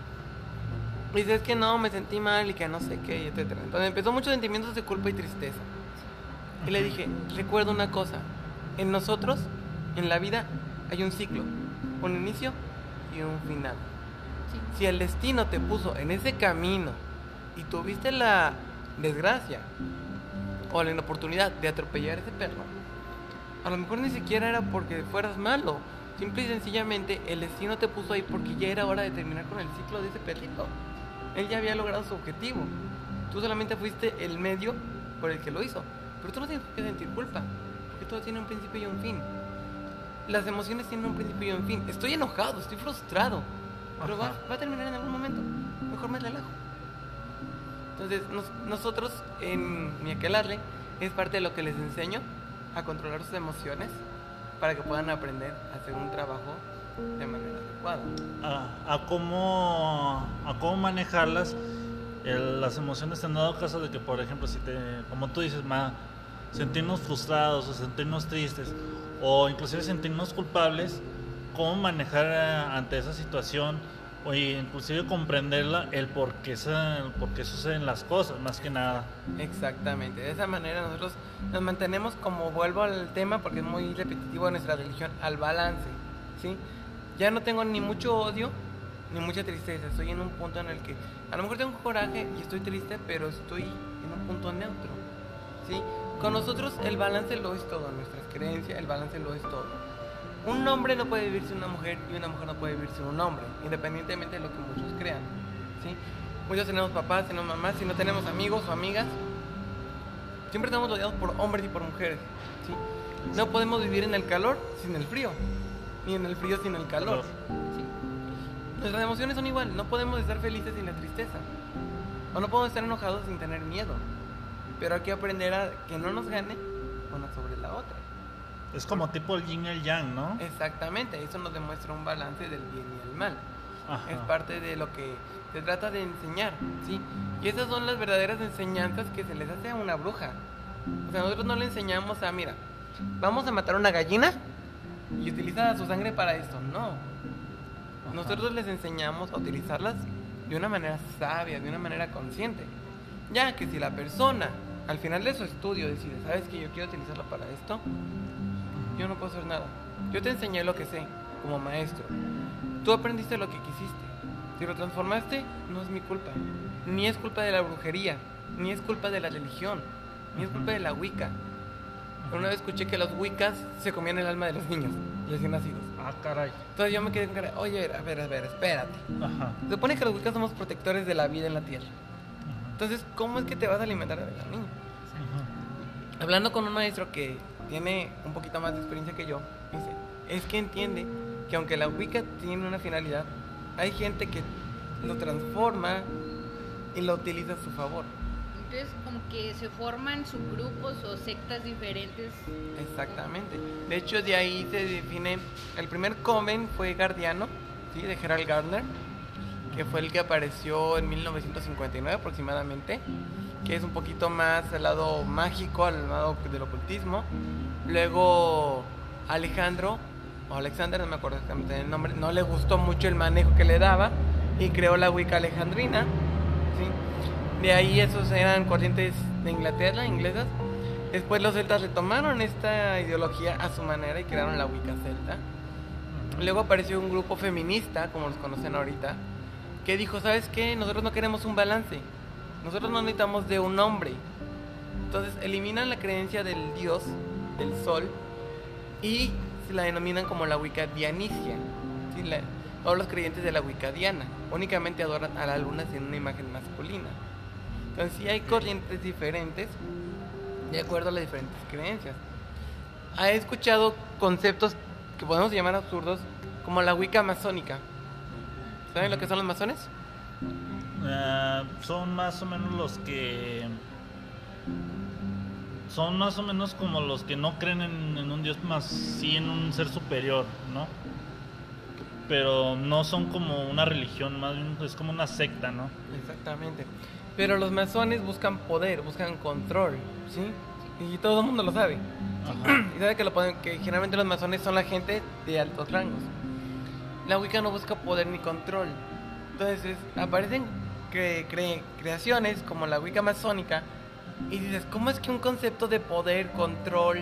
Y dice, es que no, me sentí mal y que no sé qué, etcétera. Entonces empezó muchos sentimientos de culpa y tristeza. Y le dije, recuerda una cosa, en nosotros, en la vida, hay un ciclo, un inicio y un final. Sí. Si el destino te puso en ese camino y tuviste la desgracia o la inoportunidad de atropellar a ese perro, a lo mejor ni siquiera era porque fueras malo. Simple y sencillamente el destino te puso ahí porque ya era hora de terminar con el ciclo de ese perrito. Él ya había logrado su objetivo. Tú solamente fuiste el medio por el que lo hizo. Pero tú no tienes que sentir culpa, porque todo tiene un principio y un fin. Las emociones tienen un principio y un fin. Estoy enojado, estoy frustrado, pero va a terminar en algún momento. Mejor me relajo. Entonces nosotros en mi aquelarre es parte de lo que les enseño, a controlar sus emociones para que puedan aprender a hacer un trabajo de manera adecuada. A cómo manejarlas, las emociones en dado caso de que, por ejemplo, como tú dices, sentirnos frustrados o sentirnos tristes o inclusive sentirnos culpables, cómo manejar ante esa situación o inclusive comprenderla, el por qué suceden las cosas, más que nada. Exactamente, de esa manera nosotros nos mantenemos, como vuelvo al tema porque es muy repetitivo en nuestra religión, al balance, ¿sí? Ya no tengo ni mucho odio ni mucha tristeza, estoy en un punto en el que a lo mejor tengo coraje y estoy triste, pero estoy en un punto neutro, ¿sí? Con nosotros el balance lo es todo, nuestras creencias, el balance lo es todo. Un hombre no puede vivir sin una mujer y una mujer no puede vivir sin un hombre, independientemente de lo que muchos crean, ¿sí? Muchos tenemos papás, tenemos mamás, si no tenemos amigos o amigas, siempre estamos rodeados por hombres y por mujeres, ¿sí? No podemos vivir en el calor sin el frío, ni en el frío sin el calor, ¿sí? Nuestras emociones son igual, no podemos estar felices sin la tristeza, o no podemos estar enojados sin tener miedo, pero hay que aprender a que no nos gane una sobre la otra. Es como tipo el yin y el yang, ¿no? Exactamente, eso nos demuestra un balance del bien y el mal. Ajá. Es parte de lo que se trata de enseñar, ¿sí? Y esas son las verdaderas enseñanzas que se les hace a una bruja. O sea, nosotros no le enseñamos a, mira, vamos a matar una gallina y utiliza su sangre para esto, no. Nosotros les enseñamos a utilizarlas de una manera sabia, de una manera consciente. Ya que si la persona al final de su estudio decide, ¿sabes que yo quiero utilizarlo para esto? Yo no puedo hacer nada. Yo te enseñé lo que sé, como maestro. Tú aprendiste lo que quisiste. Si lo transformaste, no es mi culpa. Ni es culpa de la brujería, ni es culpa de la religión, ni es culpa de la Wicca. Pero una vez escuché que los Wiccas se comían el alma de los niños recién nacidos. Ah, caray. Entonces yo me quedé con cara, oye, a ver, espérate. Ajá. Se supone que los Wiccas somos protectores de la vida en la tierra. Entonces, ¿cómo es que te vas a alimentar de la niña? Hablando con un maestro que tiene un poquito más de experiencia que yo, dice, es que entiende que aunque la Wicca tiene una finalidad, hay gente que lo transforma y lo utiliza a su favor. Entonces, como que se forman subgrupos o sectas diferentes. Exactamente. De hecho, de ahí se define, el primer coven fue Gardiano, ¿sí? De Gerald Gardner, que fue el que apareció en 1959 aproximadamente, que es un poquito más al lado mágico, al lado del ocultismo. Luego Alexander, no me acuerdo exactamente el nombre, no le gustó mucho el manejo que le daba y creó la Wicca alejandrina, ¿sí? De ahí esos eran corrientes de Inglaterra, inglesas. Después los celtas retomaron esta ideología a su manera y crearon la Wicca celta. Luego apareció un grupo feminista, como los conocen ahorita, que dijo, ¿sabes qué? Nosotros no queremos un balance. Nosotros no necesitamos de un hombre. Entonces eliminan la creencia del dios, del sol, y se la denominan como la Wicca dianicia, ¿sí? Todos los creyentes de la Wicca diana únicamente adoran a la luna sin una imagen masculina. Entonces sí hay corrientes diferentes de acuerdo a las diferentes creencias. He escuchado conceptos que podemos llamar absurdos como la Wicca masónica. ¿Saben lo que son los masones? Son más o menos los que son más o menos como los que no creen en un Dios, más sí en un ser superior, ¿no? Pero no son como una religión, más bien es como una secta, ¿no? Exactamente. Pero los masones buscan poder, buscan control, ¿sí? Y todo el mundo lo sabe. Ajá. Y sabe que generalmente los masones son la gente de altos rangos. La Wicca no busca poder ni control. Entonces aparecen creaciones como la Wicca masónica y dices, ¿cómo es que un concepto de poder, control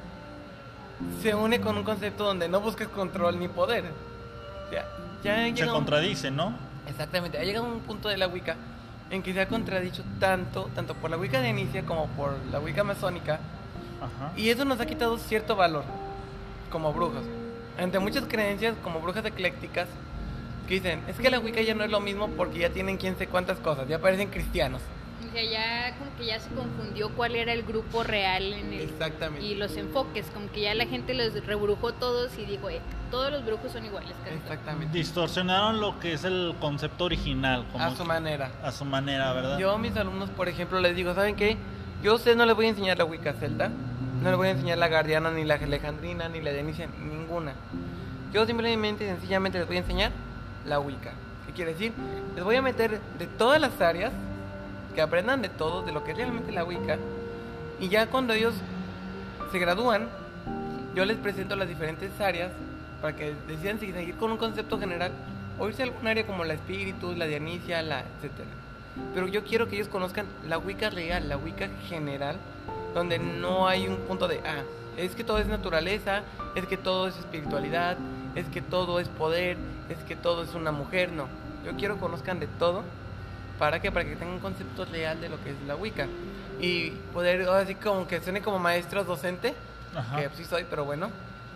se une con un concepto donde no buscas control ni poder? O sea, ya Se contradice, ¿no? Exactamente, ha llegado un punto de la Wicca en que se ha contradicho tanto por la Wicca de inicia como por la Wicca masónica. Ajá. Y eso nos ha quitado cierto valor como brujos. Ante muchas creencias como brujas eclécticas que dicen, es que la Wicca ya no es lo mismo porque ya tienen quién sé cuántas cosas, ya parecen cristianos. O sea, ya como que ya se confundió cuál era el grupo real en el, Exactamente. y los enfoques, como que ya la gente los rebrujó todos y dijo, todos los brujos son iguales. Casi. Exactamente. Distorsionaron lo que es el concepto original. Como A su manera. A su manera, ¿verdad? Yo a mis alumnos, por ejemplo, les digo, ¿saben qué? Yo a ustedes no les voy a enseñar la Wicca celta, no les voy a enseñar la guardiana, ni la alejandrina, ni la denicia, ninguna. Yo simplemente, sencillamente les voy a enseñar la Wicca. ¿Qué quiere decir? Les voy a meter de todas las áreas, que aprendan de todo, de lo que es realmente la Wicca. Y ya cuando ellos se gradúan, yo les presento las diferentes áreas para que decidan si seguir con un concepto general o irse a algún área como la espíritus, la dianicia, la etcétera. Pero yo quiero que ellos conozcan la Wicca real, la Wicca general, donde no hay un punto de, es que todo es naturaleza, es que todo es espiritualidad, es que todo es poder, es que todo es una mujer. No, yo quiero que conozcan de todo. ¿Para qué? Para que tengan un concepto real de lo que es la Wicca. Y poder, así como que suene como maestro docente, Ajá. que sí soy, pero bueno.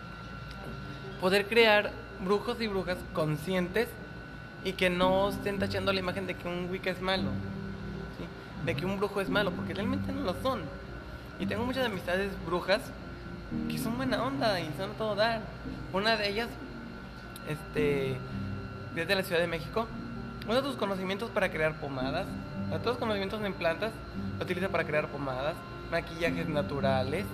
Poder crear brujos y brujas conscientes y que no estén tachando la imagen de que un Wicca es malo, ¿sí? De que un brujo es malo, porque realmente no lo son. Y tengo muchas amistades brujas que son buena onda y son a todo dar. Una de ellas, desde la Ciudad de México, usa tus conocimientos para crear pomadas. Todos los conocimientos en plantas lo utiliza para crear pomadas, maquillajes naturales,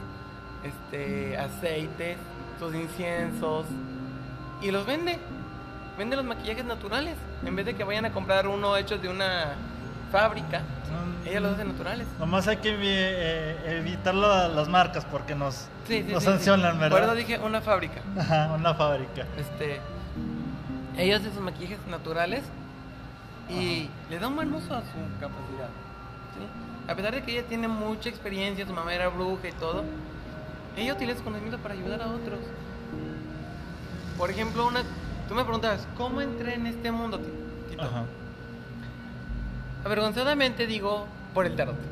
aceites, sus inciensos, y los vende. Vende los maquillajes naturales. En vez de que vayan a comprar uno hecho de una fábrica, ella los hace naturales. Nomás hay que evitar las marcas porque nos sancionan, ¿verdad? Por eso dije una fábrica. Ajá, una fábrica. Ella hace sus maquillajes naturales y le da un buen uso a su capacidad, ¿sí? A pesar de que ella tiene mucha experiencia, su mamá era bruja y todo, ella utiliza su conocimiento para ayudar a otros. Por ejemplo, tú me preguntabas, ¿cómo entré en este mundo, Tito? Ajá. Avergonzadamente digo, por el tarot.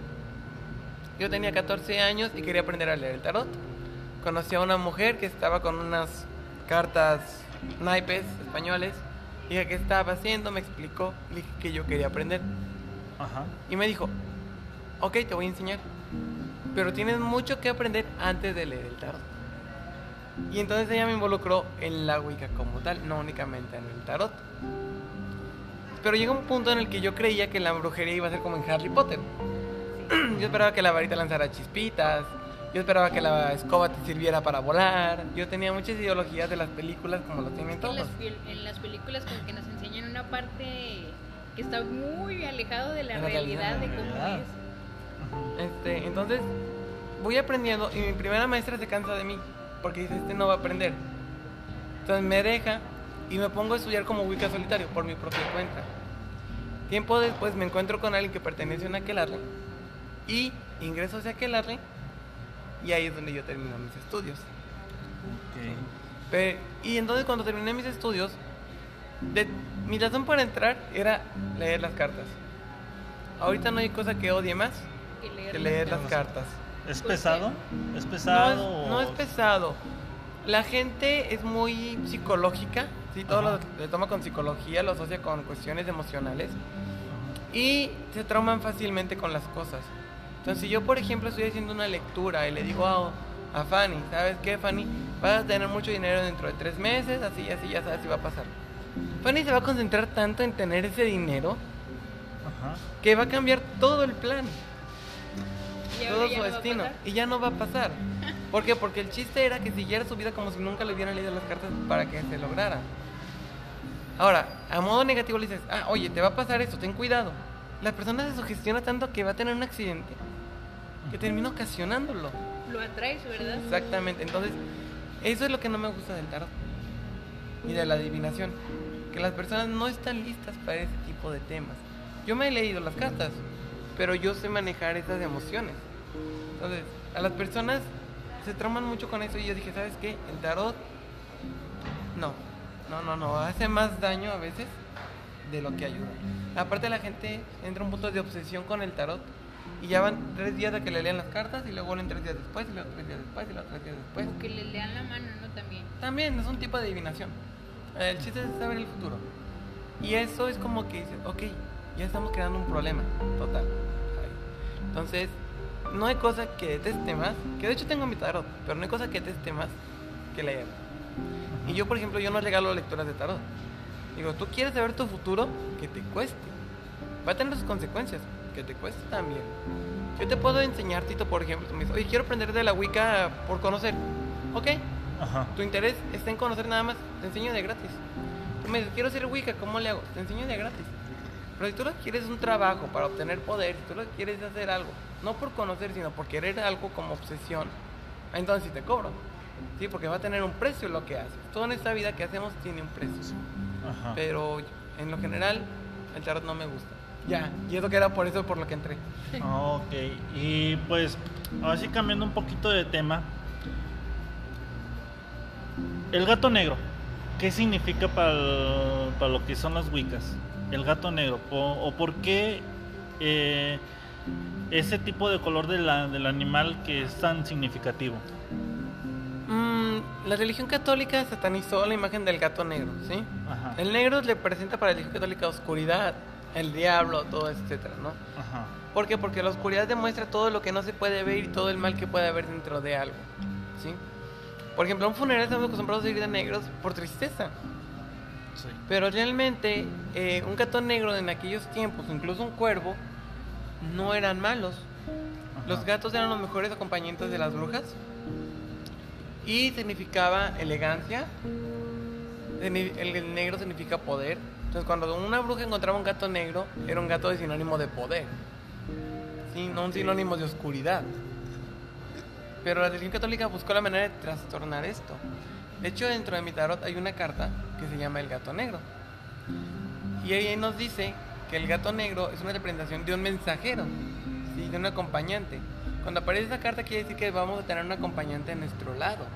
Yo tenía 14 años y quería aprender a leer el tarot. Conocí a una mujer que estaba con unas cartas naipes españoles. Dije, ¿qué estaba haciendo? Me explicó. Le dije que yo quería aprender. Ajá. Y me dijo, ok, te voy a enseñar, pero tienes mucho que aprender antes de leer el tarot. Y entonces ella me involucró en la Wicca como tal, no únicamente en el tarot. Pero llegó un punto en el que yo creía que la brujería iba a ser como en Harry Potter. Yo esperaba que la varita lanzara chispitas, yo esperaba que la escoba te sirviera para volar. Yo tenía muchas ideologías de las películas como lo tienen todos. En las películas como que nos enseñan una parte que está muy alejado de la realidad de cómo es. Entonces voy aprendiendo y mi primera maestra se cansa de mí porque dice, no va a aprender. Entonces me deja y me pongo a estudiar como Wicca solitario por mi propia cuenta. Tiempo después me encuentro con alguien que pertenece a una aquelarre y ingreso hacia aquelarre y ahí es donde yo termino mis estudios. Okay. Y entonces cuando terminé mis estudios, mi razón para entrar era leer las cartas. Ahorita no hay cosa que odie más que leer las cartas. ¿Es pesado? ¿Es pesado? No es pesado. La gente es muy psicológica, ¿sí? Todo lo toma con psicología, lo asocia con cuestiones emocionales y se trauman fácilmente con las cosas. Entonces, si yo, por ejemplo, estoy haciendo una lectura y le digo a Fanny, ¿sabes qué, Fanny? Vas a tener mucho dinero dentro de 3 meses, así, ya sabes si va a pasar. Fanny se va a concentrar tanto en tener ese dinero que va a cambiar todo el plan. Y todo ahora su ya no va a destino. pasar. Y ya no va a pasar. ¿Por qué? Porque el chiste era que siguiera su vida como si nunca le hubieran leído las cartas para que se lograra. Ahora, a modo negativo le dices, oye, te va a pasar esto, ten cuidado. La persona se sugestiona tanto que va a tener un accidente que termina ocasionándolo. Lo atraes, ¿verdad? Exactamente. Entonces, eso es lo que no me gusta del tarot y de la adivinación, que las personas no están listas para ese tipo de temas. Yo me he leído las cartas, pero yo sé manejar esas emociones. Entonces, a las personas se trauman mucho con eso y yo dije, ¿sabes qué? El tarot no, hace más daño a veces de lo que ayuda. Aparte, la gente entra a un punto de obsesión con el tarot y ya van 3 días a que le lean las cartas y luego vuelven 3 días después y luego 3 días después y luego 3 días después. O que le lean la mano, ¿no? También es un tipo de adivinación. El chiste es saber el futuro. Y eso es como que dices, ok, ya estamos creando un problema total. Entonces, no hay cosa que deteste más, que de hecho tengo mi tarot, pero no hay cosa que deteste más que leer. Y yo, por ejemplo, yo no regalo lecturas de tarot. Digo, tú quieres saber tu futuro, que te cueste. Va a tener sus consecuencias, que te cueste también. Yo te puedo enseñar, Tito, por ejemplo, tú me dices, oye, quiero aprender de la Wicca por conocer. Ok, tu interés está en conocer nada más, te enseño de gratis. Tú me dices, quiero ser Wicca, ¿cómo le hago? Te enseño de gratis. Pero si tú lo quieres un trabajo para obtener poder, si tú lo quieres hacer algo, no por conocer, sino por querer algo como obsesión, entonces sí te cobro. Sí, porque va a tener un precio lo que haces. Todo en esta vida que hacemos tiene un precio. Pero en lo general, el tarot no me gusta. Ya, y eso que era por eso por lo que entré. Ok, y pues, así cambiando un poquito de tema. El gato negro, ¿qué significa para lo que son las Wiccas? El gato negro, o por qué ese tipo de color del animal que es tan significativo. La religión católica satanizó la imagen del gato negro, ¿sí? Ajá. El negro representa para la religión católica oscuridad, el diablo, todo eso, etcétera, ¿no? Ajá. ¿Por qué? Porque la oscuridad demuestra todo lo que no se puede ver y todo el mal que puede haber dentro de algo, ¿sí? Por ejemplo, en un funeral estamos acostumbrados a ir de negros por tristeza. Sí. Pero realmente un gato negro en aquellos tiempos, incluso un cuervo, no eran malos. Ajá. Los gatos eran los mejores acompañantes de las brujas y significaba elegancia. El negro significa poder. Entonces, cuando una bruja encontraba un gato negro, era un gato de sinónimo de poder, ¿sí? No un sinónimo de oscuridad. Pero la religión católica buscó la manera de trastornar esto. De hecho, dentro de mi tarot hay una carta que se llama el gato negro. Y ahí nos dice que el gato negro es una representación de un mensajero, ¿sí? De un acompañante. Cuando aparece esa carta quiere decir que vamos a tener un acompañante a nuestro lado.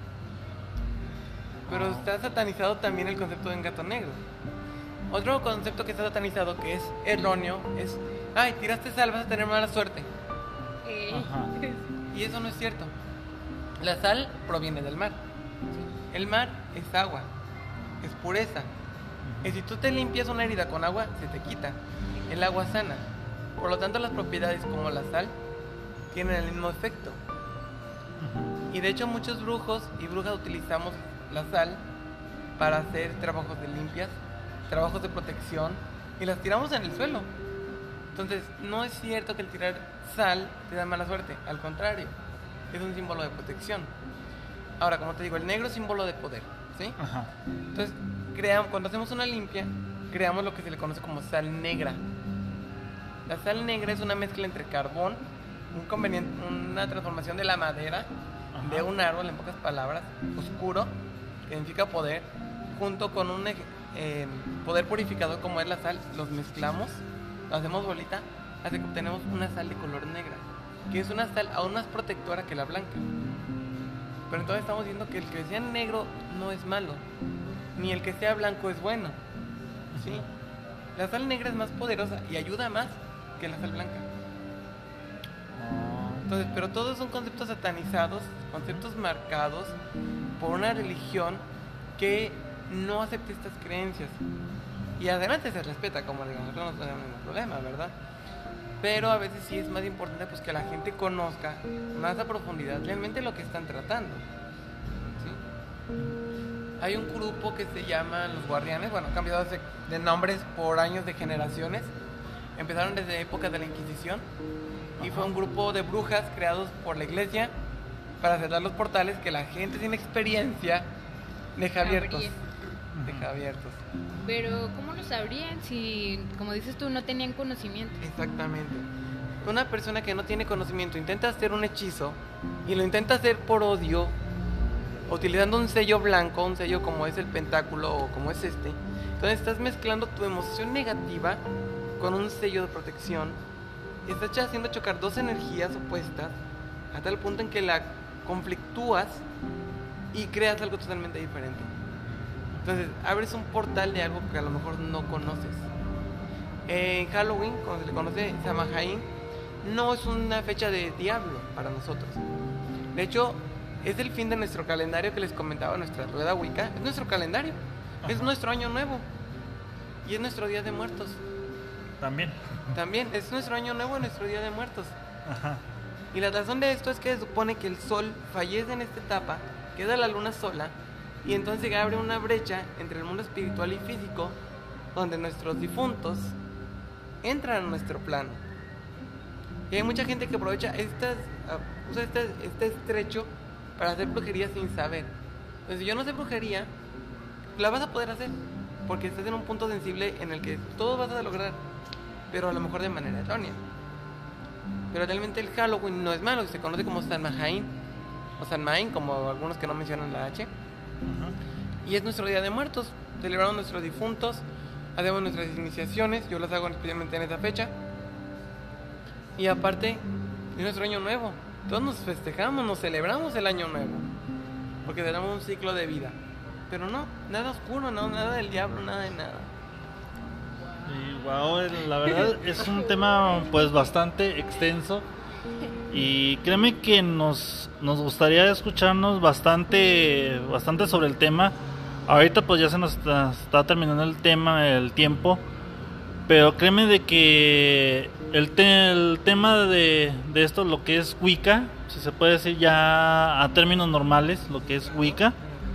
Pero está satanizado también el concepto de un gato negro. Otro concepto que está satanizado, que es erróneo, es, ay, tiraste sal, vas a tener mala suerte. Ajá. Y eso no es cierto. La sal proviene del mar. El mar es agua, es pureza. Y si tú te limpias una herida con agua, se te quita. El agua sana. Por lo tanto, las propiedades como la sal tienen el mismo efecto. Y de hecho, muchos brujos y brujas utilizamos la sal para hacer trabajos de limpias, trabajos de protección, y las tiramos en el suelo. Entonces, no es cierto que el tirar sal te da mala suerte. Al contrario, es un símbolo de protección. Ahora, como te digo, el negro es símbolo de poder, ¿sí? Ajá. Entonces, cuando hacemos una limpia, creamos lo que se le conoce como sal negra. La sal negra es una mezcla entre carbón, una transformación de la madera, Ajá. de un árbol, en pocas palabras, oscuro, que significa poder, junto con un poder purificador como es la sal. Los mezclamos, lo hacemos bolita, hasta que obtenemos una sal de color negra, que es una sal aún más protectora que la blanca. Pero entonces estamos viendo que el que sea negro no es malo, ni el que sea blanco es bueno, ¿sí? La sal negra es más poderosa y ayuda más que la sal blanca. Entonces, pero todos son conceptos satanizados, conceptos marcados por una religión que no acepta estas creencias. Y adelante se respeta, como digamos, nosotros no tenemos ningún problema, ¿verdad? Pero a veces sí es más importante pues que la gente conozca más a profundidad realmente lo que están tratando, ¿sí? Hay un grupo que se llama Los Guardianes, bueno, han cambiado de nombres por años de generaciones. empezaron desde épocas de la Inquisición y fue un grupo de brujas creados por la iglesia para cerrar los portales que la gente sin experiencia deja abiertos. Deja abiertos. Pero ¿cómo lo sabrían si, como dices tú, no tenían conocimiento? Exactamente. Una persona que no tiene conocimiento intenta hacer un hechizo y lo intenta hacer por odio, utilizando un sello blanco, un sello como es el pentáculo o como es este. Entonces estás mezclando tu emoción negativa con un sello de protección y estás haciendo chocar dos energías opuestas a tal punto en que la conflictúas y creas algo totalmente diferente. Entonces abres un portal de algo que a lo mejor no conoces. En Halloween, como se le conoce, Samhain, no es una fecha de diablo para nosotros. De hecho, es el fin de nuestro calendario que les comentaba, nuestra rueda Wicca. Es nuestro calendario, es nuestro año nuevo y es nuestro día de muertos. También es nuestro año nuevo y nuestro día de muertos. Ajá. Y la razón de esto es que se supone que el sol fallece en esta etapa, queda la luna sola y entonces abre una brecha entre el mundo espiritual y físico donde nuestros difuntos entran a nuestro plano. Y hay mucha gente que aprovecha usa este estrecho para hacer brujería sin saber. Entonces, si yo no sé brujería, la vas a poder hacer porque estás en un punto sensible en el que todo vas a lograr, pero a lo mejor de manera errónea. Pero realmente el Halloween no es malo, se conoce como Samhain o Samhain, como algunos que no mencionan la H. Y es nuestro día de muertos, celebramos nuestros difuntos, hacemos nuestras iniciaciones, yo las hago especialmente en esa fecha. Y aparte, es nuestro año nuevo, todos nos festejamos, nos celebramos el año nuevo, porque tenemos un ciclo de vida. Pero no, nada oscuro, no, nada del diablo, nada de nada. Y wow, la verdad es un tema pues bastante extenso y créeme que nos gustaría escucharnos bastante sobre el tema. Ahorita pues ya se nos está terminando el tiempo, pero créeme de que el tema de esto, lo que es Wicca, si se puede decir ya a términos normales, lo que es Wicca,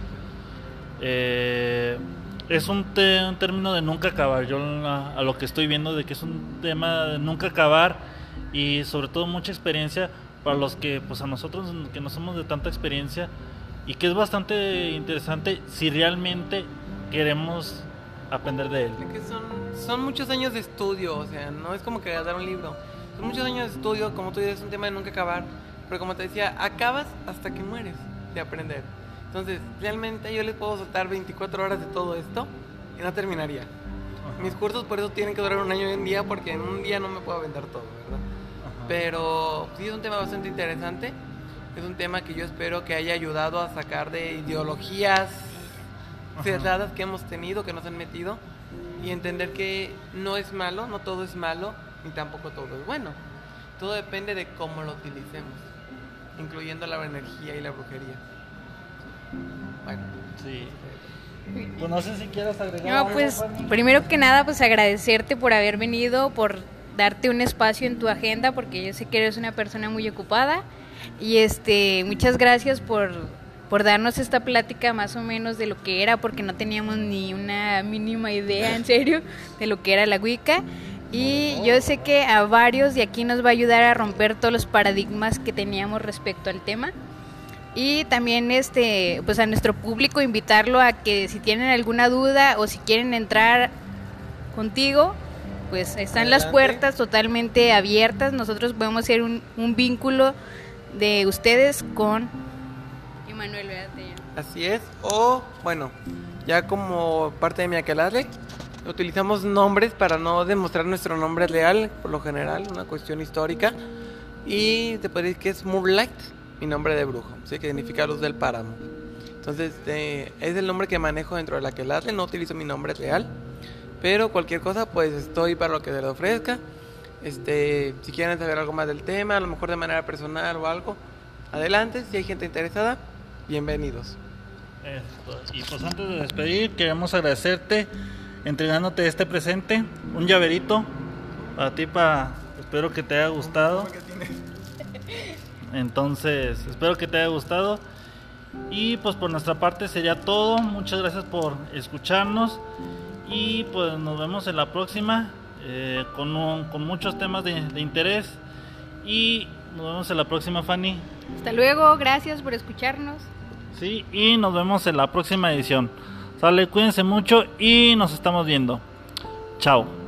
es un término de nunca acabar. Yo a lo que estoy viendo de que es un tema de nunca acabar y sobre todo mucha experiencia para los que pues a nosotros que no somos de tanta experiencia y que es bastante interesante si realmente queremos aprender de él. Que son muchos años de estudio, o sea, no es como que dar un libro, son muchos años de estudio, como tú dices, es un tema de nunca acabar, pero como te decía, acabas hasta que mueres de aprender. Entonces, realmente yo les puedo soltar 24 horas de todo esto y no terminaría. Ajá. Mis cursos por eso tienen que durar un año y un día, porque en un día no me puedo aventar todo, ¿verdad? Ajá. Pero sí es un tema bastante interesante, es un tema que yo espero que haya ayudado a sacar de ideologías cerradas que hemos tenido, que nos han metido, y entender que no es malo, no todo es malo, ni tampoco todo es bueno. Todo depende de cómo lo utilicemos, incluyendo la energía y la brujería. Bueno, sí. Pues no sé si quieres agregar algo. Pues primero que nada, pues agradecerte por haber venido, por darte un espacio en tu agenda, porque yo sé que eres una persona muy ocupada. Y muchas gracias por darnos esta plática más o menos de lo que era, porque no teníamos ni una mínima idea, en serio, de lo que era la Wicca. Y yo sé que a varios de aquí nos va a ayudar a romper todos los paradigmas que teníamos respecto al tema. Y también pues a nuestro público invitarlo a que si tienen alguna duda o si quieren entrar contigo, pues están Adelante. Las puertas totalmente abiertas. Nosotros podemos ser un vínculo de ustedes con Emanuel, ¿verdad? Así es. O bueno, ya como parte de mi aquelarre, utilizamos nombres para no demostrar nuestro nombre real, por lo general, una cuestión histórica. Y te puedo decir que es Moonlight, mi nombre de brujo, ¿sí? Que significa luz del páramo. Entonces es el nombre que manejo dentro de la aquelarre, no utilizo mi nombre real, pero cualquier cosa pues estoy para lo que se les ofrezca. Si quieren saber algo más del tema, a lo mejor de manera personal o algo, adelante. Si hay gente interesada, bienvenidos. Y pues antes de despedir, queremos agradecerte entregándote este presente, un llaverito para ti, espero que te haya gustado. Entonces, espero que te haya gustado. Y pues por nuestra parte sería todo. Muchas gracias por escucharnos. Y pues nos vemos en la próxima. con muchos temas de interés. Y nos vemos en la próxima, Fanny. Hasta luego, gracias por escucharnos. Sí, y nos vemos en la próxima edición. Sale, cuídense mucho y nos estamos viendo. Chao.